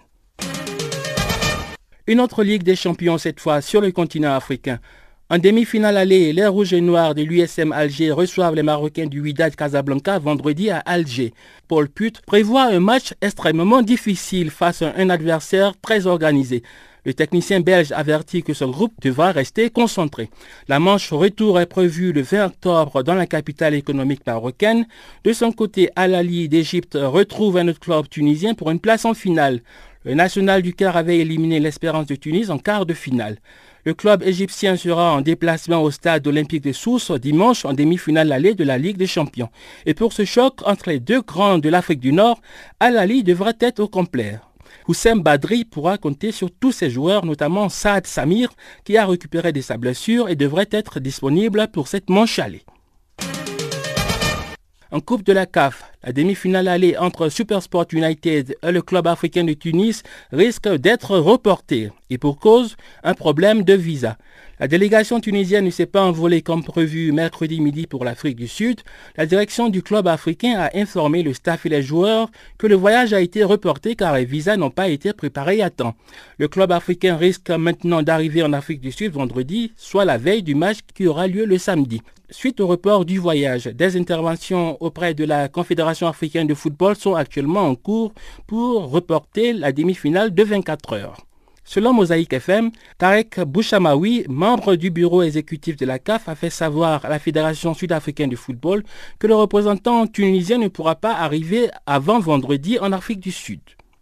Une autre Ligue des champions cette fois sur le continent africain. En demi-finale aller, les Rouges et Noirs de l'U S M Alger reçoivent les Marocains du Wydad Casablanca vendredi à Alger. Paul Put prévoit un match extrêmement difficile face à un adversaire très organisé. Le technicien belge avertit que son groupe devra rester concentré. La manche retour est prévue le vingt octobre dans la capitale économique marocaine. De son côté, Al Ahly d'Égypte retrouve un autre club tunisien pour une place en finale. Le National du Caire avait éliminé l'Espérance de Tunis en quart de finale. Le club égyptien sera en déplacement au stade olympique de Sousse dimanche en demi-finale allée de la Ligue des champions. Et pour ce choc entre les deux grands de l'Afrique du Nord, Al Ahly devrait être au complet. Houssem Badri pourra compter sur tous ses joueurs, notamment Saad Samir, qui a récupéré de sa blessure et devrait être disponible pour cette manche allée. En Coupe de la C A F, la demi-finale allée entre Supersport United et le club africain de Tunis risque d'être reportée. Et pour cause, un problème de visa. La délégation tunisienne ne s'est pas envolée comme prévu mercredi midi pour l'Afrique du Sud. La direction du club africain a informé le staff et les joueurs que le voyage a été reporté car les visas n'ont pas été préparés à temps. Le club africain risque maintenant d'arriver en Afrique du Sud vendredi, soit la veille du match qui aura lieu le samedi. Suite au report du voyage, des interventions auprès de la Confédération africaine de football sont actuellement en cours pour reporter la demi-finale de vingt-quatre heures. Selon Mosaïque F M, Tarek Bouchamaoui, membre du bureau exécutif de la C A F, a fait savoir à la Fédération sud-africaine de football que le représentant tunisien ne pourra pas arriver avant vendredi en Afrique du Sud.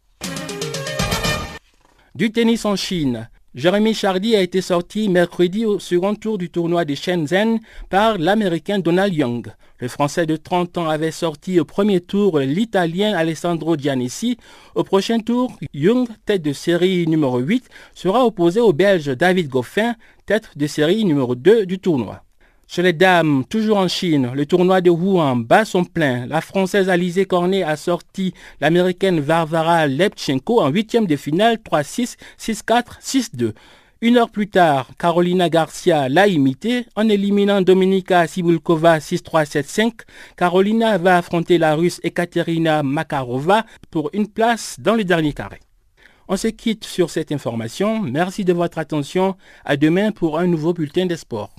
Du tennis en Chine. Jérémy Chardy a été sorti mercredi au second tour du tournoi de Shenzhen par l'Américain Donald Young. Le Français de trente ans avait sorti au premier tour l'Italien Alessandro Giannessi. Au prochain tour, Young, tête de série numéro huit, sera opposé au Belge David Goffin, tête de série numéro deux du tournoi. Chez les dames, toujours en Chine, le tournoi de Wuhan bat son plein. La Française Alizé Cornet a sorti l'Américaine Varvara Lepchenko en huitième de finale trois six, six quatre, six deux. Une heure plus tard, Carolina Garcia l'a imité en éliminant Dominika Sibulkova six trois, sept cinq. Carolina va affronter la Russe Ekaterina Makarova pour une place dans le dernier carré. On se quitte sur cette information. Merci de votre attention. À demain pour un nouveau bulletin des sports.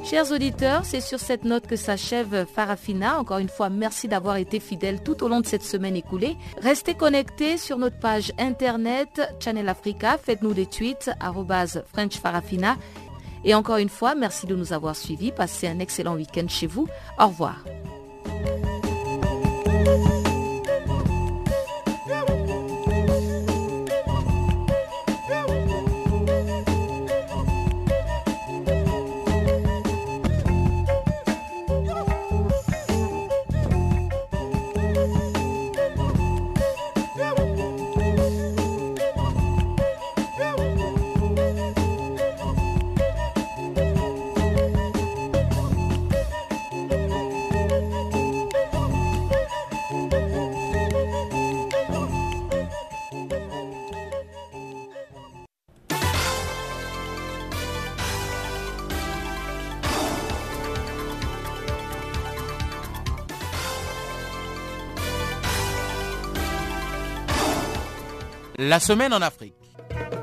Chers auditeurs, c'est sur cette note que s'achève Farafina. Encore une fois, merci d'avoir été fidèles tout au long de cette semaine écoulée. Restez connectés sur notre page internet Channel Africa. Faites-nous des tweets, arobase French Farafina. Et encore une fois, merci de nous avoir suivis. Passez un excellent week-end chez vous. Au revoir. La semaine en Afrique.